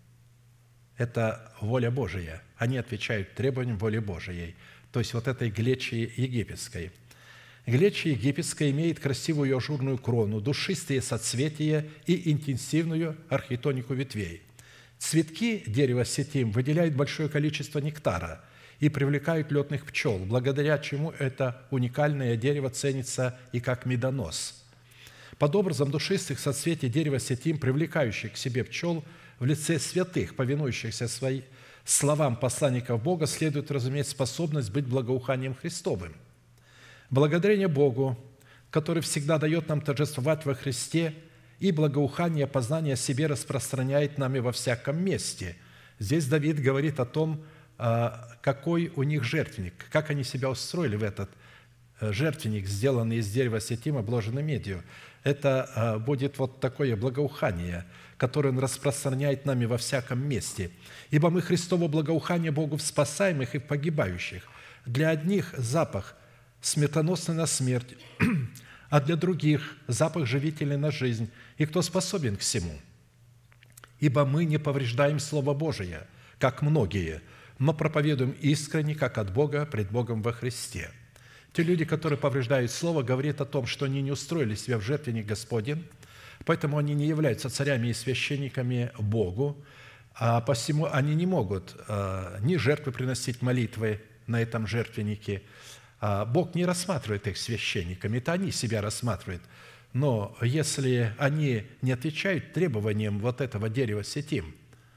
– это воля Божия. Они отвечают требованиям воли Божией. То есть вот этой глечи египетской. Глечи египетская имеет красивую ажурную крону, душистые соцветия и интенсивную архитонику ветвей. Цветки дерева сетим выделяют большое количество нектара и привлекают летных пчел, благодаря чему это уникальное дерево ценится и как медонос. Под образом душистых соцветий дерева сетим, привлекающих к себе пчел в лице святых, повинующихся своим словам посланников Бога, следует разуметь способность быть благоуханием Христовым. Благодарение Богу, который всегда дает нам торжествовать во Христе, и благоухание познания о себе распространяет нами во всяком месте. Здесь Давид говорит о том, какой у них жертвенник, как они себя устроили в этот жертвенник, сделанный из дерева сетим, обложенный медью. Это будет вот такое благоухание, которое Он распространяет нами во всяком месте. «Ибо мы Христово благоухание Богу в спасаемых и в погибающих. Для одних запах смертоносный на смерть, а для других запах живительный на жизнь. И кто способен к всему? Ибо мы не повреждаем Слово Божие, как многие, но проповедуем искренне, как от Бога, пред Богом во Христе». Те люди, которые повреждают Слово, говорят о том, что они не устроили себя в жертвенник Господень, поэтому они не являются царями и священниками Богу, а посему они не могут ни жертвы приносить молитвы на этом жертвеннике. Бог не рассматривает их священниками, это они себя рассматривают. Но если они не отвечают требованиям вот этого дерева сетим,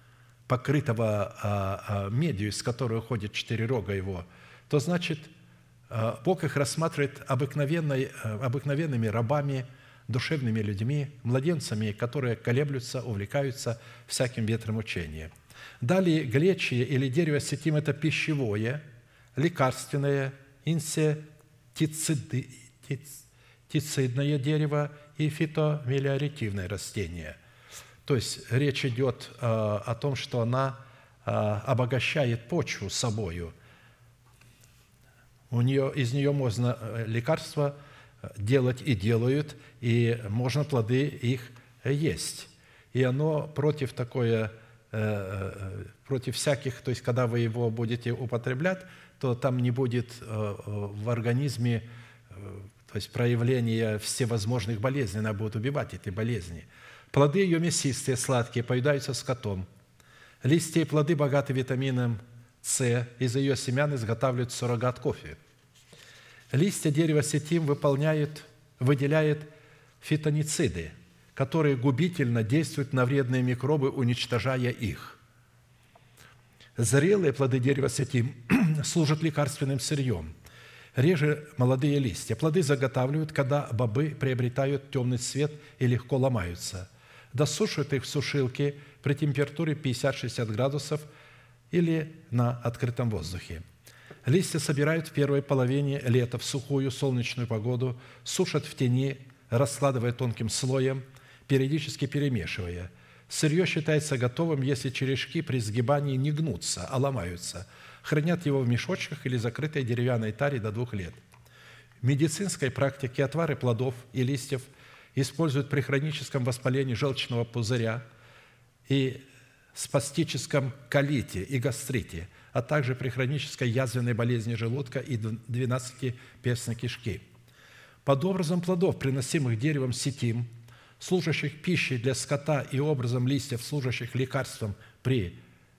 покрытого медью, из которой уходит 4 рога его, то значит, Бог их рассматривает обыкновенными рабами, душевными людьми, младенцами, которые колеблются, увлекаются всяким ветром учения. Далее, глечие или дерево сетим – это пищевое, лекарственное, инсектицидное дерево и фитомелиоративное растение. То есть речь идет о том, что она обогащает почву собою. Из нее можно лекарства делать и делают, и можно плоды их есть. И оно против всяких, то есть когда вы его будете употреблять, то там не будет в организме, то есть проявления всевозможных болезней, она будет убивать эти болезни. Плоды ее мясистые, сладкие, поедаются скотом. Листья и плоды богаты витамином С, из ее семян изготавливают суррогат кофе. Листья дерева сетим выделяют фитонициды, которые губительно действуют на вредные микробы, уничтожая их. Зрелые плоды дерева сетим служат лекарственным сырьем. Реже молодые листья. Плоды заготавливают, когда бобы приобретают темный цвет и легко ломаются. Досушивают их в сушилке при температуре 50-60 градусов или на открытом воздухе. Листья собирают в первой половине лета в сухую солнечную погоду, сушат в тени раскладывая тонким слоем, периодически перемешивая. Сырье считается готовым, если черешки при сгибании не гнутся, а ломаются. Хранят его в мешочках или закрытой деревянной таре до 2 лет. В медицинской практике отвары плодов и листьев используют при хроническом воспалении желчного пузыря и спастическом колите и гастрите, а также при хронической язвенной болезни желудка и 12-перстной кишки. Под образом плодов, приносимых деревом ситим, служащих пищей для скота, и образом листьев, служащих лекарством при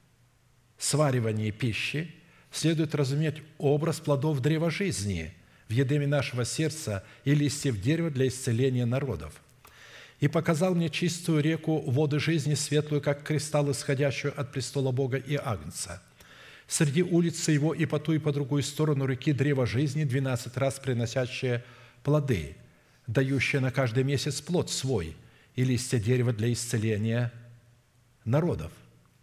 сваривании пищи, следует разуметь образ плодов древа жизни в едеме нашего сердца и листьев дерева для исцеления народов. «И показал мне чистую реку воды жизни, светлую, как кристалл, исходящую от престола Бога и Агнца. Среди улицы его и по ту, и по другую сторону реки древо жизни, 12 раз приносящее плоды, дающее на каждый месяц плод свой, и листья дерева для исцеления народов».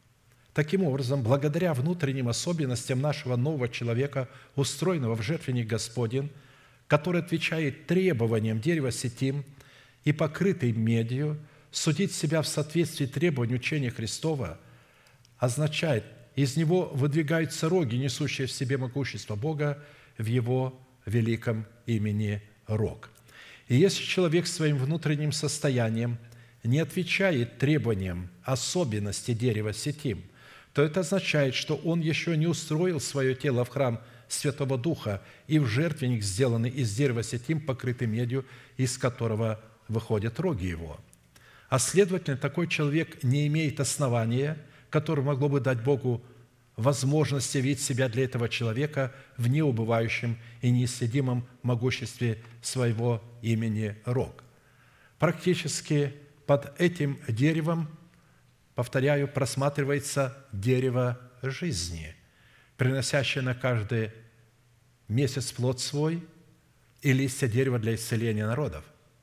Таким образом, благодаря внутренним особенностям нашего нового человека, устроенного в жертвенник Господень, который отвечает требованиям дерева ситим и покрытый медью, судить себя в соответствии требований учения Христова означает, из него выдвигаются роги, несущие в себе могущество Бога в Его великом имени Рог. И если человек своим внутренним состоянием не отвечает требованиям особенностей дерева ситим, то это означает, что он еще не устроил свое тело в храм Святого Духа и в жертвенник, сделанный из дерева ситим, покрытый медью, из которого выходят роги его. А следовательно, такой человек не имеет основания, которое могло бы дать Богу возможность явить себя для этого человека в неубывающем и неисследимом могуществе своего имени Рог. Практически под этим деревом, повторяю, просматривается дерево жизни, приносящее на каждый месяц плод свой, и листья дерева для исцеления народов.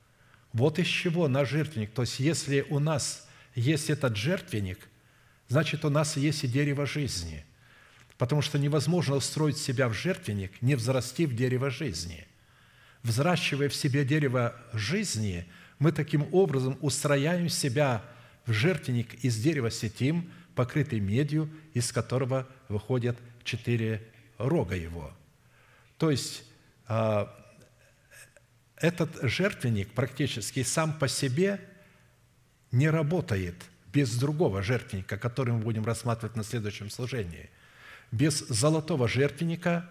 Вот из чего наш жертвенник. То есть, если у нас есть этот жертвенник, значит, у нас есть и дерево жизни. Потому что невозможно устроить себя в жертвенник, не взрасти в дерево жизни. Взращивая в себе дерево жизни, мы таким образом устрояем себя в жертвенник из дерева ситим, покрытый медью, из которого выходят 4 рога его. То есть, этот жертвенник практически сам по себе не работает без другого жертвенника, который мы будем рассматривать на следующем служении. Без золотого жертвенника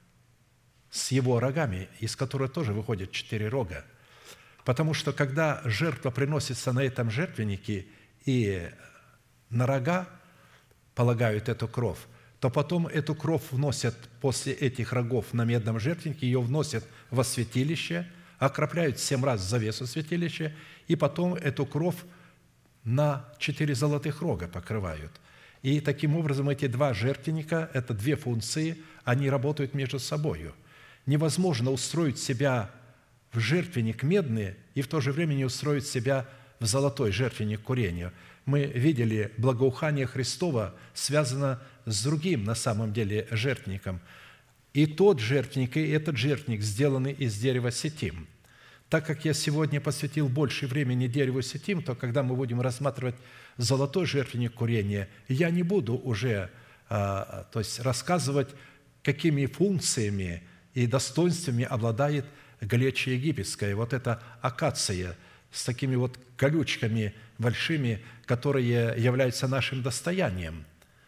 с его рогами, из которого тоже выходят 4 рога. Потому что, когда жертва приносится на этом жертвеннике, и на рога полагают эту кровь, то потом эту кровь вносят после этих рогов на медном жертвеннике, ее вносят во святилище, окропляют 7 раз завесу святилища, и потом эту кровь на 4 золотых рога покрывают. И таким образом эти 2 жертвенника, это 2 функции, они работают между собой. Невозможно устроить себя в жертвенник медный и в то же время не устроить себя в золотой жертвенник курения. Мы видели, благоухание Христова связано с другим, на самом деле, жертвенником. И тот жертвенник, и этот жертвенник сделаны из дерева ситим. Так как я сегодня посвятил больше времени дереву ситим, то когда мы будем рассматривать золотой жертвенник курения, я не буду уже рассказывать, какими функциями и достоинствами обладает галеча египетская, вот эта акация с такими вот колючками большими, которые являются нашим достоянием.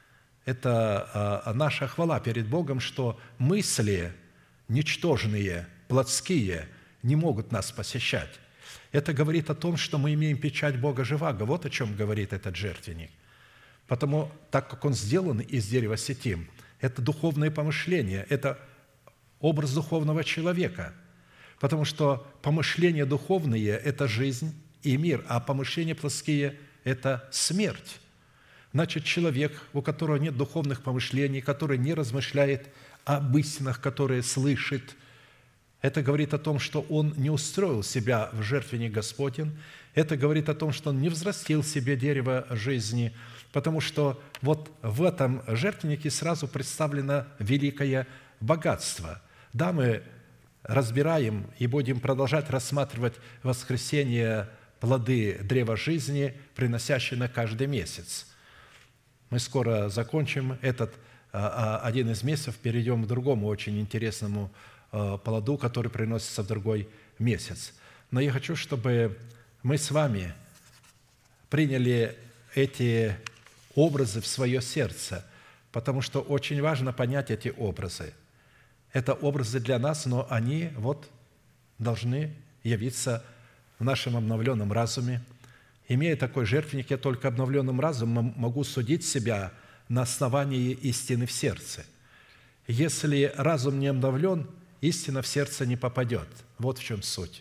Это наша хвала перед Богом, что мысли ничтожные, плотские, не могут нас посещать. Это говорит о том, что мы имеем печать Бога Живаго. Вот о чем говорит этот жертвенник. Потому, так как он сделан из дерева ситим, это духовное помышление, это образ духовного человека. Потому что помышления духовные – это жизнь и мир, а помышления плотские – это смерть. Значит, человек, у которого нет духовных помышлений, который не размышляет об истинах, которые слышит, это говорит о том, что он не устроил себя в жертвенник Господень, это говорит о том, что он не взрастил себе дерево жизни, потому что вот в этом жертвеннике сразу представлено великое богатство. Да, мы разбираем и будем продолжать рассматривать в воскресенье плоды древа жизни, приносящие на каждый месяц. Мы скоро закончим этот один из месяцев, перейдем к другому очень интересному плоду, который приносится в другой месяц. Но я хочу, чтобы мы с вами приняли эти образы в свое сердце, потому что очень важно понять эти образы. Это образы для нас, но они должны явиться в нашем обновленном разуме. Имея такой жертвенник, я только обновленным разумом могу судить себя на основании истины в сердце. Если разум не обновлен, истина в сердце не попадет. Вот в чем суть.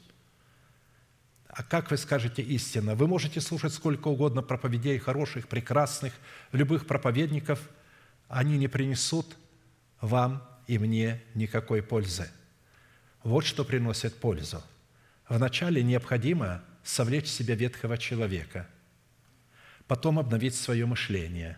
А как вы скажете истина? Вы можете слушать сколько угодно проповедей хороших, прекрасных, любых проповедников, они не принесут вам и мне никакой пользы. Вот что приносит пользу. Вначале необходимо совлечь в себя ветхого человека, потом обновить свое мышление,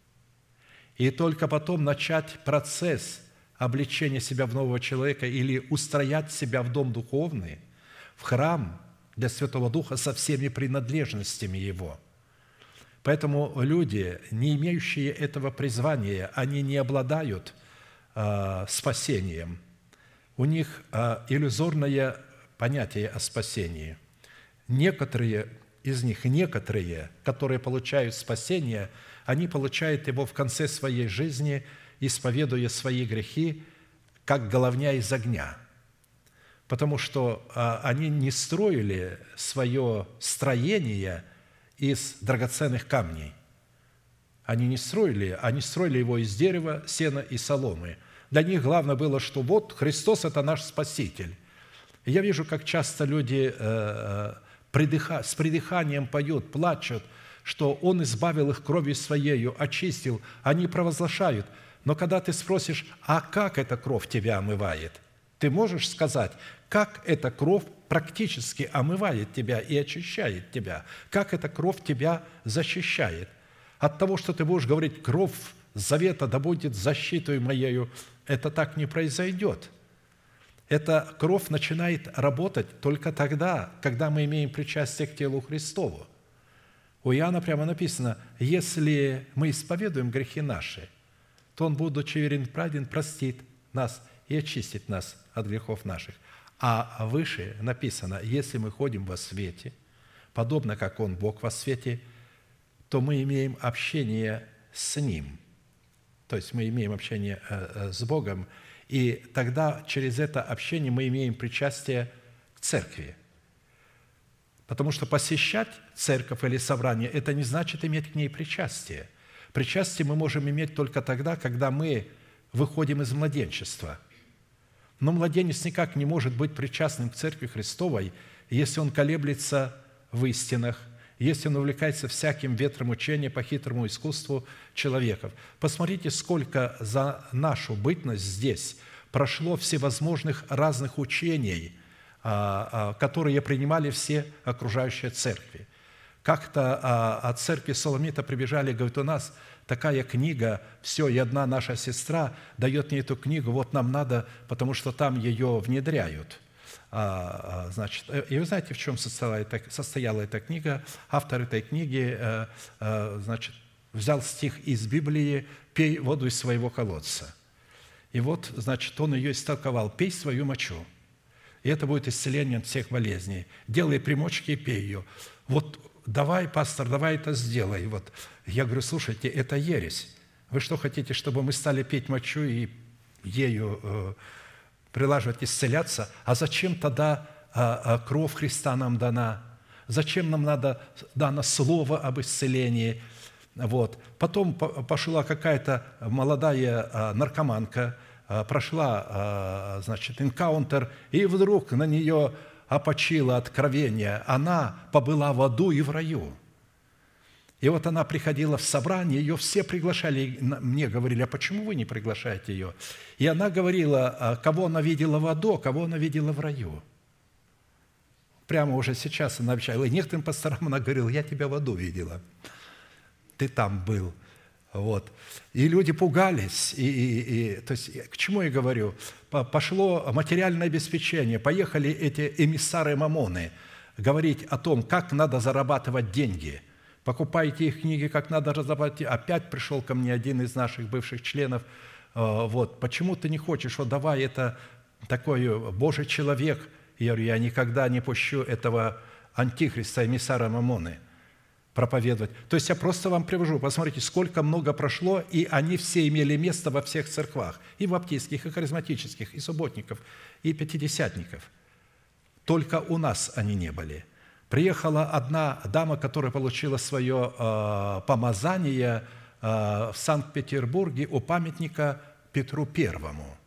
и только потом начать процесс облечения себя в нового человека или устроять себя в дом духовный, в храм для Святого Духа со всеми принадлежностями его. Поэтому люди, не имеющие этого призвания, они не обладают спасением. У них иллюзорное понятие о спасении. Некоторые из них, которые получают спасение, они получают его в конце своей жизни, исповедуя свои грехи, как головня из огня. Потому что они не строили свое строение из драгоценных камней. Они строили его из дерева, сена и соломы. Для них главное было, что вот Христос – это наш Спаситель. И я вижу, как часто люди с придыханием поют, плачут, что Он избавил их кровью Своею, очистил. Они провозглашают. Но когда ты спросишь, а как эта кровь тебя омывает? Ты можешь сказать, как эта кровь практически омывает тебя и очищает тебя? Как эта кровь тебя защищает? От того, что ты будешь говорить, кровь завета да будет защитой моею, это так не произойдет. Эта кровь начинает работать только тогда, когда мы имеем причастие к телу Христову. У Иоанна прямо написано, если мы исповедуем грехи наши, то Он, будучи верен и праведен, простит нас и очистит нас от грехов наших. А выше написано, если мы ходим во свете, подобно как Он, Бог, во свете, то мы имеем общение с Ним. То есть мы имеем общение с Богом, и тогда через это общение мы имеем причастие к церкви. Потому что посещать церковь или собрание – это не значит иметь к ней причастие. Причастие мы можем иметь только тогда, когда мы выходим из младенчества. Но младенец никак не может быть причастным к Церкви Христовой, если он колеблется в истинах, если он увлекается всяким ветром учения по хитрому искусству человеков. Посмотрите, сколько за нашу бытность здесь прошло всевозможных разных учений, которые принимали все окружающие церкви. Как-то от церкви Соломита прибежали, говорят, у нас такая книга, все, и одна наша сестра дает мне эту книгу, вот нам надо, потому что там ее внедряют. Значит, и вы знаете, в чем состояла эта книга? Автор этой книги, значит, взял стих из Библии «Пей воду из своего колодца». И вот, значит, он ее истолковал «Пей свою мочу». И это будет исцеление от всех болезней. Делай примочки и пей ее. Вот давай, пастор, давай это сделай. Вот. Я говорю, слушайте, это ересь. Вы что, хотите, чтобы мы стали пить мочу и ею прилаживать, исцеляться? А зачем тогда кровь Христа нам дана? Зачем нам дано слово об исцелении? Вот. Потом пошла какая-то молодая наркоманка, прошла, значит, энкаунтер, и вдруг на нее опочило откровение. Она побыла в аду и в раю. И вот она приходила в собрание, ее все приглашали, мне говорили, а почему вы не приглашаете ее? И она говорила, кого она видела в аду, кого она видела в раю. Прямо уже сейчас она общалась. И некоторым пасторам она говорила, я тебя в аду видела, ты там был. Вот. И люди пугались. То есть, к чему я говорю? Пошло материальное обеспечение. Поехали эти эмиссары Мамоны говорить о том, как надо зарабатывать деньги. Покупайте их книги, как надо зарабатывать. Опять пришел ко мне один из наших бывших членов. Вот. Почему ты не хочешь? Вот давай, это такой Божий человек. Я говорю, я никогда не пущу этого антихриста, эмиссара Мамоны проповедовать. То есть я просто вам привожу, посмотрите, сколько много прошло, и они все имели место во всех церквах, и баптистских, и харизматических, и субботников, и пятидесятников. Только у нас они не были. Приехала одна дама, которая получила свое помазание в Санкт-Петербурге у памятника Петру Первому.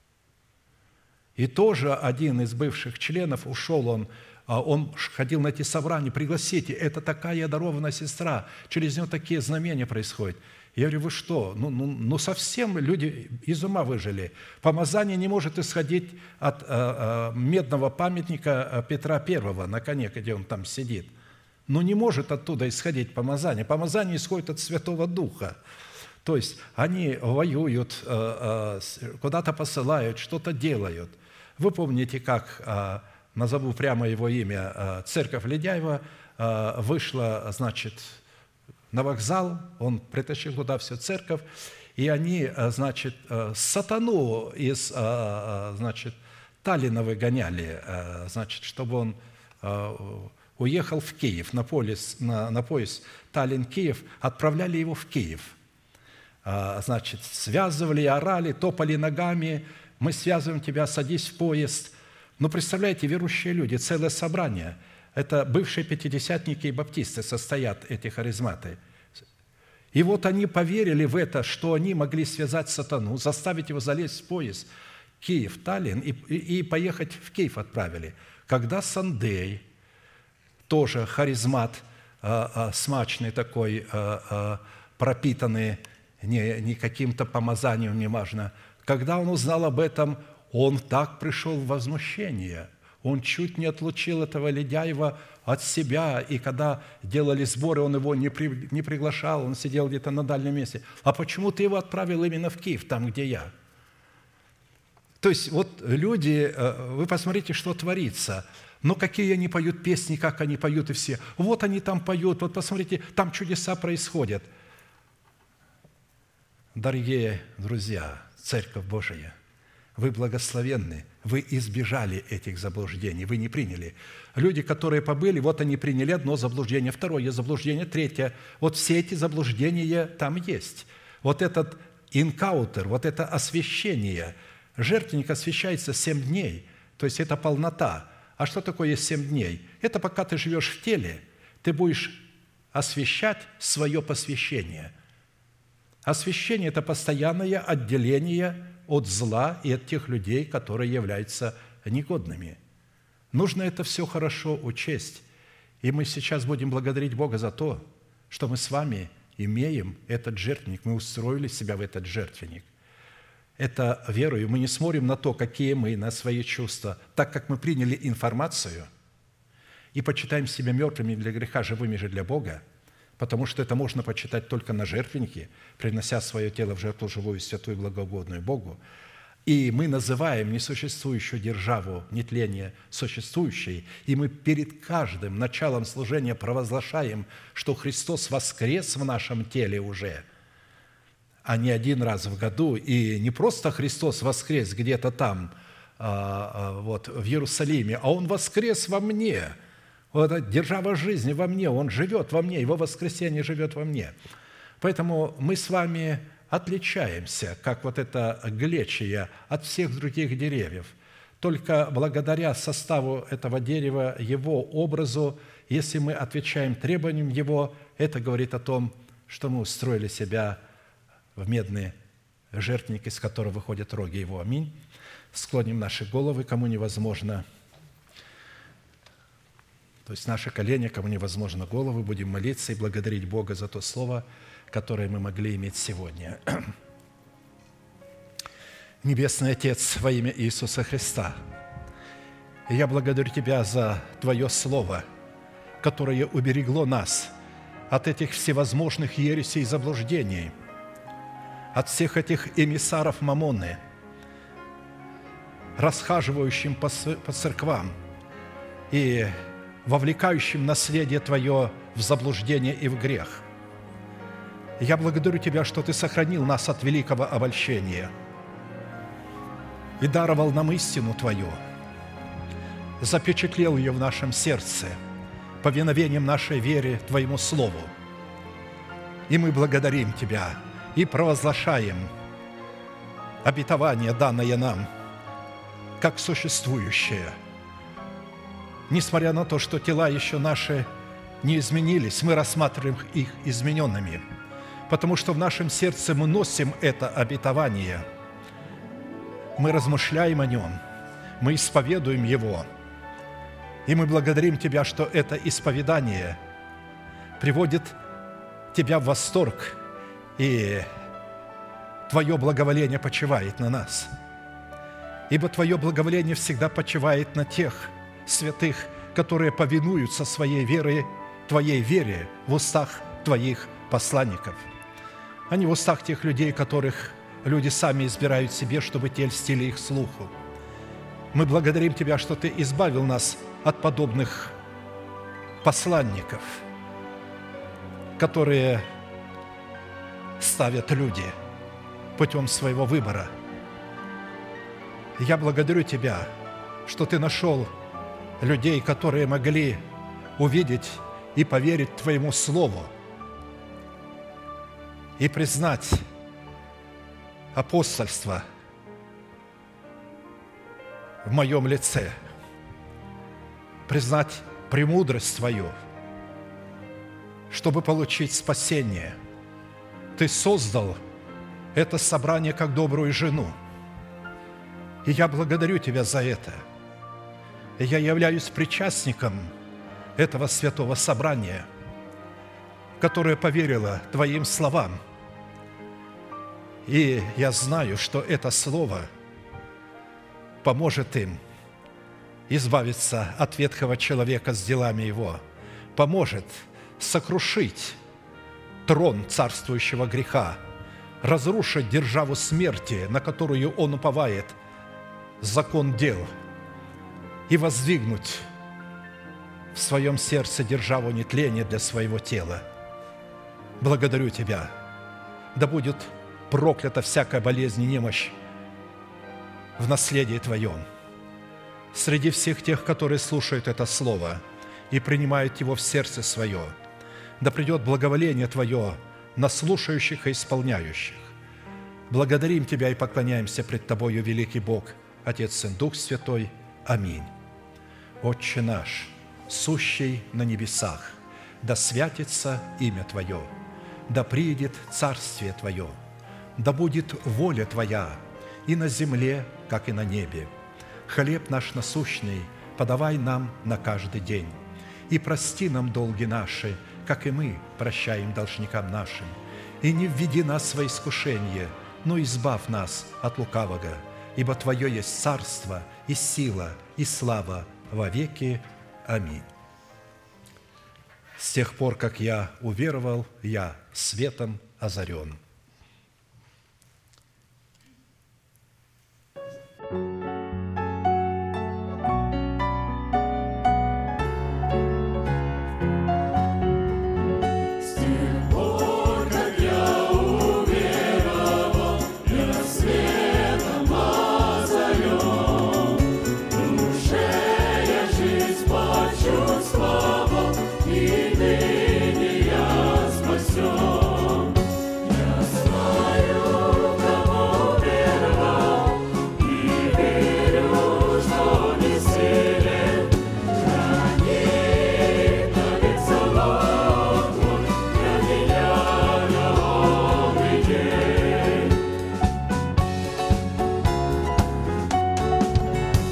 И тоже один из бывших членов ушел, он ходил на эти собрания, пригласите, это такая одарованная сестра, через нее такие знамения происходят. Я говорю, вы что, совсем люди из ума выжили. Помазание не может исходить от медного памятника Петра Первого на коне, где он там сидит. Не может оттуда исходить помазание. Помазание исходит от Святого Духа. То есть они воюют, куда-то посылают, что-то делают. Вы помните, как, назову прямо его имя, церковь Ледяева вышла, на вокзал, он притащил туда всю церковь, и они, сатану из, Таллина выгоняли, чтобы он уехал в Киев, на поезд Таллин-Киев, отправляли его в Киев. Связывали, орали, топали ногами, мы связываем тебя, садись в поезд. Представляете, верующие люди, целое собрание, это бывшие пятидесятники и баптисты состоят, эти харизматы. И вот они поверили в это, что они могли связать сатану, заставить его залезть в поезд Киев, Таллин, и поехать в Киев отправили. Когда Сандей, тоже харизмат, смачный такой, пропитанный не каким-то помазанием, неважно, когда он узнал об этом, он так пришел в возмущение. Он чуть не отлучил этого Ледяева от себя, и когда делали сборы, он его не приглашал, он сидел где-то на дальнем месте. А почему ты его отправил именно в Киев, там, где я? То есть вот люди, вы посмотрите, что творится. Но какие они поют песни, как они поют и все. Вот они там поют, вот посмотрите, там чудеса происходят. Дорогие друзья, Церковь Божия, вы благословенны, вы избежали этих заблуждений, вы не приняли. Люди, которые побыли, вот они приняли одно заблуждение, второе заблуждение, третье. Вот все эти заблуждения там есть. Вот этот инкаутер, вот это освящение. Жертвенник освящается 7 дней, то есть это полнота. А что такое 7 дней? Это пока ты живешь в теле, ты будешь освящать свое посвящение. Освящение – это постоянное отделение от зла и от тех людей, которые являются негодными. Нужно это все хорошо учесть. И мы сейчас будем благодарить Бога за то, что мы с вами имеем этот жертвенник, мы устроили себя в этот жертвенник. Это верою. Мы не смотрим на то, какие мы, на свои чувства, так как мы приняли информацию и почитаем себя мертвыми для греха, живыми же для Бога, потому что это можно почитать только на жертвеннике, принося свое тело в жертву живую, святую, благоугодную Богу. И мы называем несуществующую державу нетления существующей, и мы перед каждым началом служения провозглашаем, что Христос воскрес в нашем теле уже, а не один раз в году, и не просто Христос воскрес где-то там, вот, в Иерусалиме, а Он воскрес во мне. Вот эта держава жизни во мне, Он живет во мне, Его воскресение живет во мне. Поэтому мы с вами отличаемся, как вот эта глечия, от всех других деревьев. Только благодаря составу этого дерева, его образу, если мы отвечаем требованиям его, это говорит о том, что мы устроили себя в медный жертвенник, из которого выходят роги его. Аминь. Склоним наши головы, кому невозможно. То есть наши колени, кому невозможно головы, будем молиться и благодарить Бога за то слово, которое мы могли иметь сегодня. Небесный Отец, во имя Иисуса Христа, я благодарю Тебя за Твое Слово, которое уберегло нас от этих всевозможных ересей и заблуждений, от всех этих эмиссаров Мамоны, расхаживающим по церквам и вовлекающим наследие Твое в заблуждение и в грех. Я благодарю Тебя, что Ты сохранил нас от великого обольщения и даровал нам истину Твою, запечатлел ее в нашем сердце повиновением нашей вере Твоему Слову. И мы благодарим Тебя и провозглашаем обетование, данное нам, как существующее. Несмотря на то, что тела еще наши не изменились, мы рассматриваем их измененными, потому что в нашем сердце мы носим это обетование. Мы размышляем о нем, мы исповедуем его, и мы благодарим Тебя, что это исповедание приводит Тебя в восторг, и Твое благоволение почивает на нас. Ибо Твое благоволение всегда почивает на тех святых, которые повинуются своей вере, Твоей вере в устах Твоих посланников, а не в устах тех людей, которых люди сами избирают себе, чтобы те льстили их слуху. Мы благодарим Тебя, что Ты избавил нас от подобных посланников, которые ставят люди путем своего выбора. Я благодарю Тебя, что Ты нашел людей, которые могли увидеть и поверить Твоему Слову и признать апостольство в моем лице, признать премудрость Твою, чтобы получить спасение. Ты создал это собрание как добрую жену, и я благодарю Тебя за это. И я являюсь причастником этого святого собрания, которое поверило Твоим словам. И я знаю, что это слово поможет им избавиться от ветхого человека с делами его, поможет сокрушить трон царствующего греха, разрушить державу смерти, на которую он уповает, закон дел, и воздвигнуть в своем сердце державу нетления для своего тела. Благодарю Тебя. Да будет проклята всякая болезнь и немощь в наследии Твоем. Среди всех тех, которые слушают это Слово и принимают его в сердце свое, да придет благоволение Твое на слушающих и исполняющих. Благодарим Тебя и поклоняемся пред Тобою, великий Бог, Отец, Сын, Дух Святой. Аминь. Отче наш, сущий на небесах, да святится имя Твое, да приидет царствие Твое, да будет воля Твоя и на земле, как и на небе. Хлеб наш насущный подавай нам на каждый день, и прости нам долги наши, как и мы прощаем должникам нашим. И не введи нас во искушение, но избавь нас от лукавого, ибо Твое есть царство, и сила, и слава во веки. Аминь. С тех пор, как я уверовал, я светом озарен.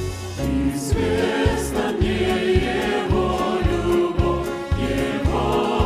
Известна мне Его любовь, Его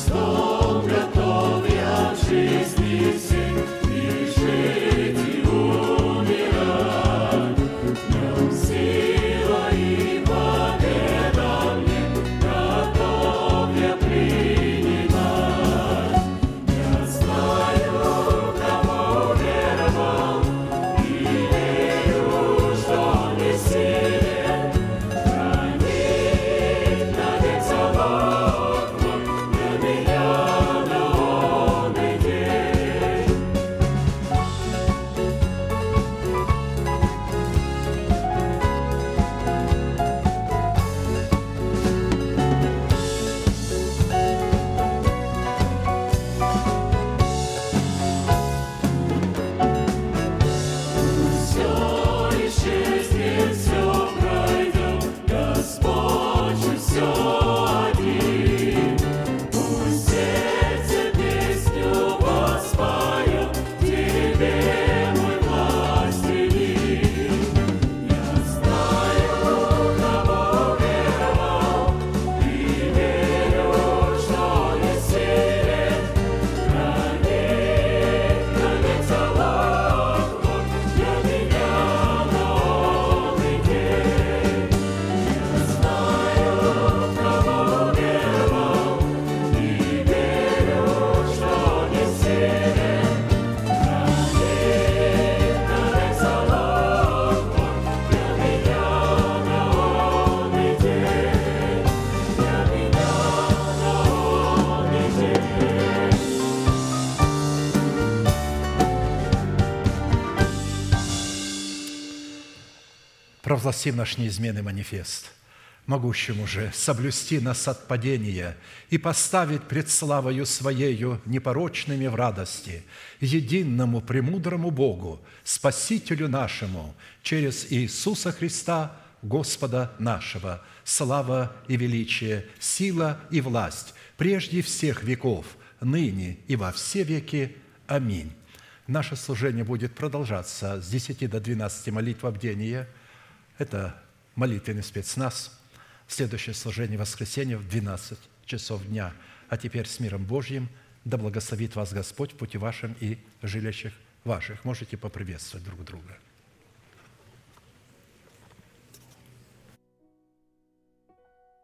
Провозгласим наш неизменный манифест, могущему же соблюсти нас от падения и поставить пред славою Своею непорочными в радости, единому премудрому Богу, Спасителю нашему, через Иисуса Христа, Господа нашего, слава и величие, сила и власть, прежде всех веков, ныне и во все веки. Аминь. Наше служение будет продолжаться с 10 до 12 молитв бдения. Это молитвенный спецназ. Следующее служение в воскресенье в 12 часов дня. А теперь с миром Божьим да благословит вас Господь в пути вашем и жилищах ваших. Можете поприветствовать друг друга.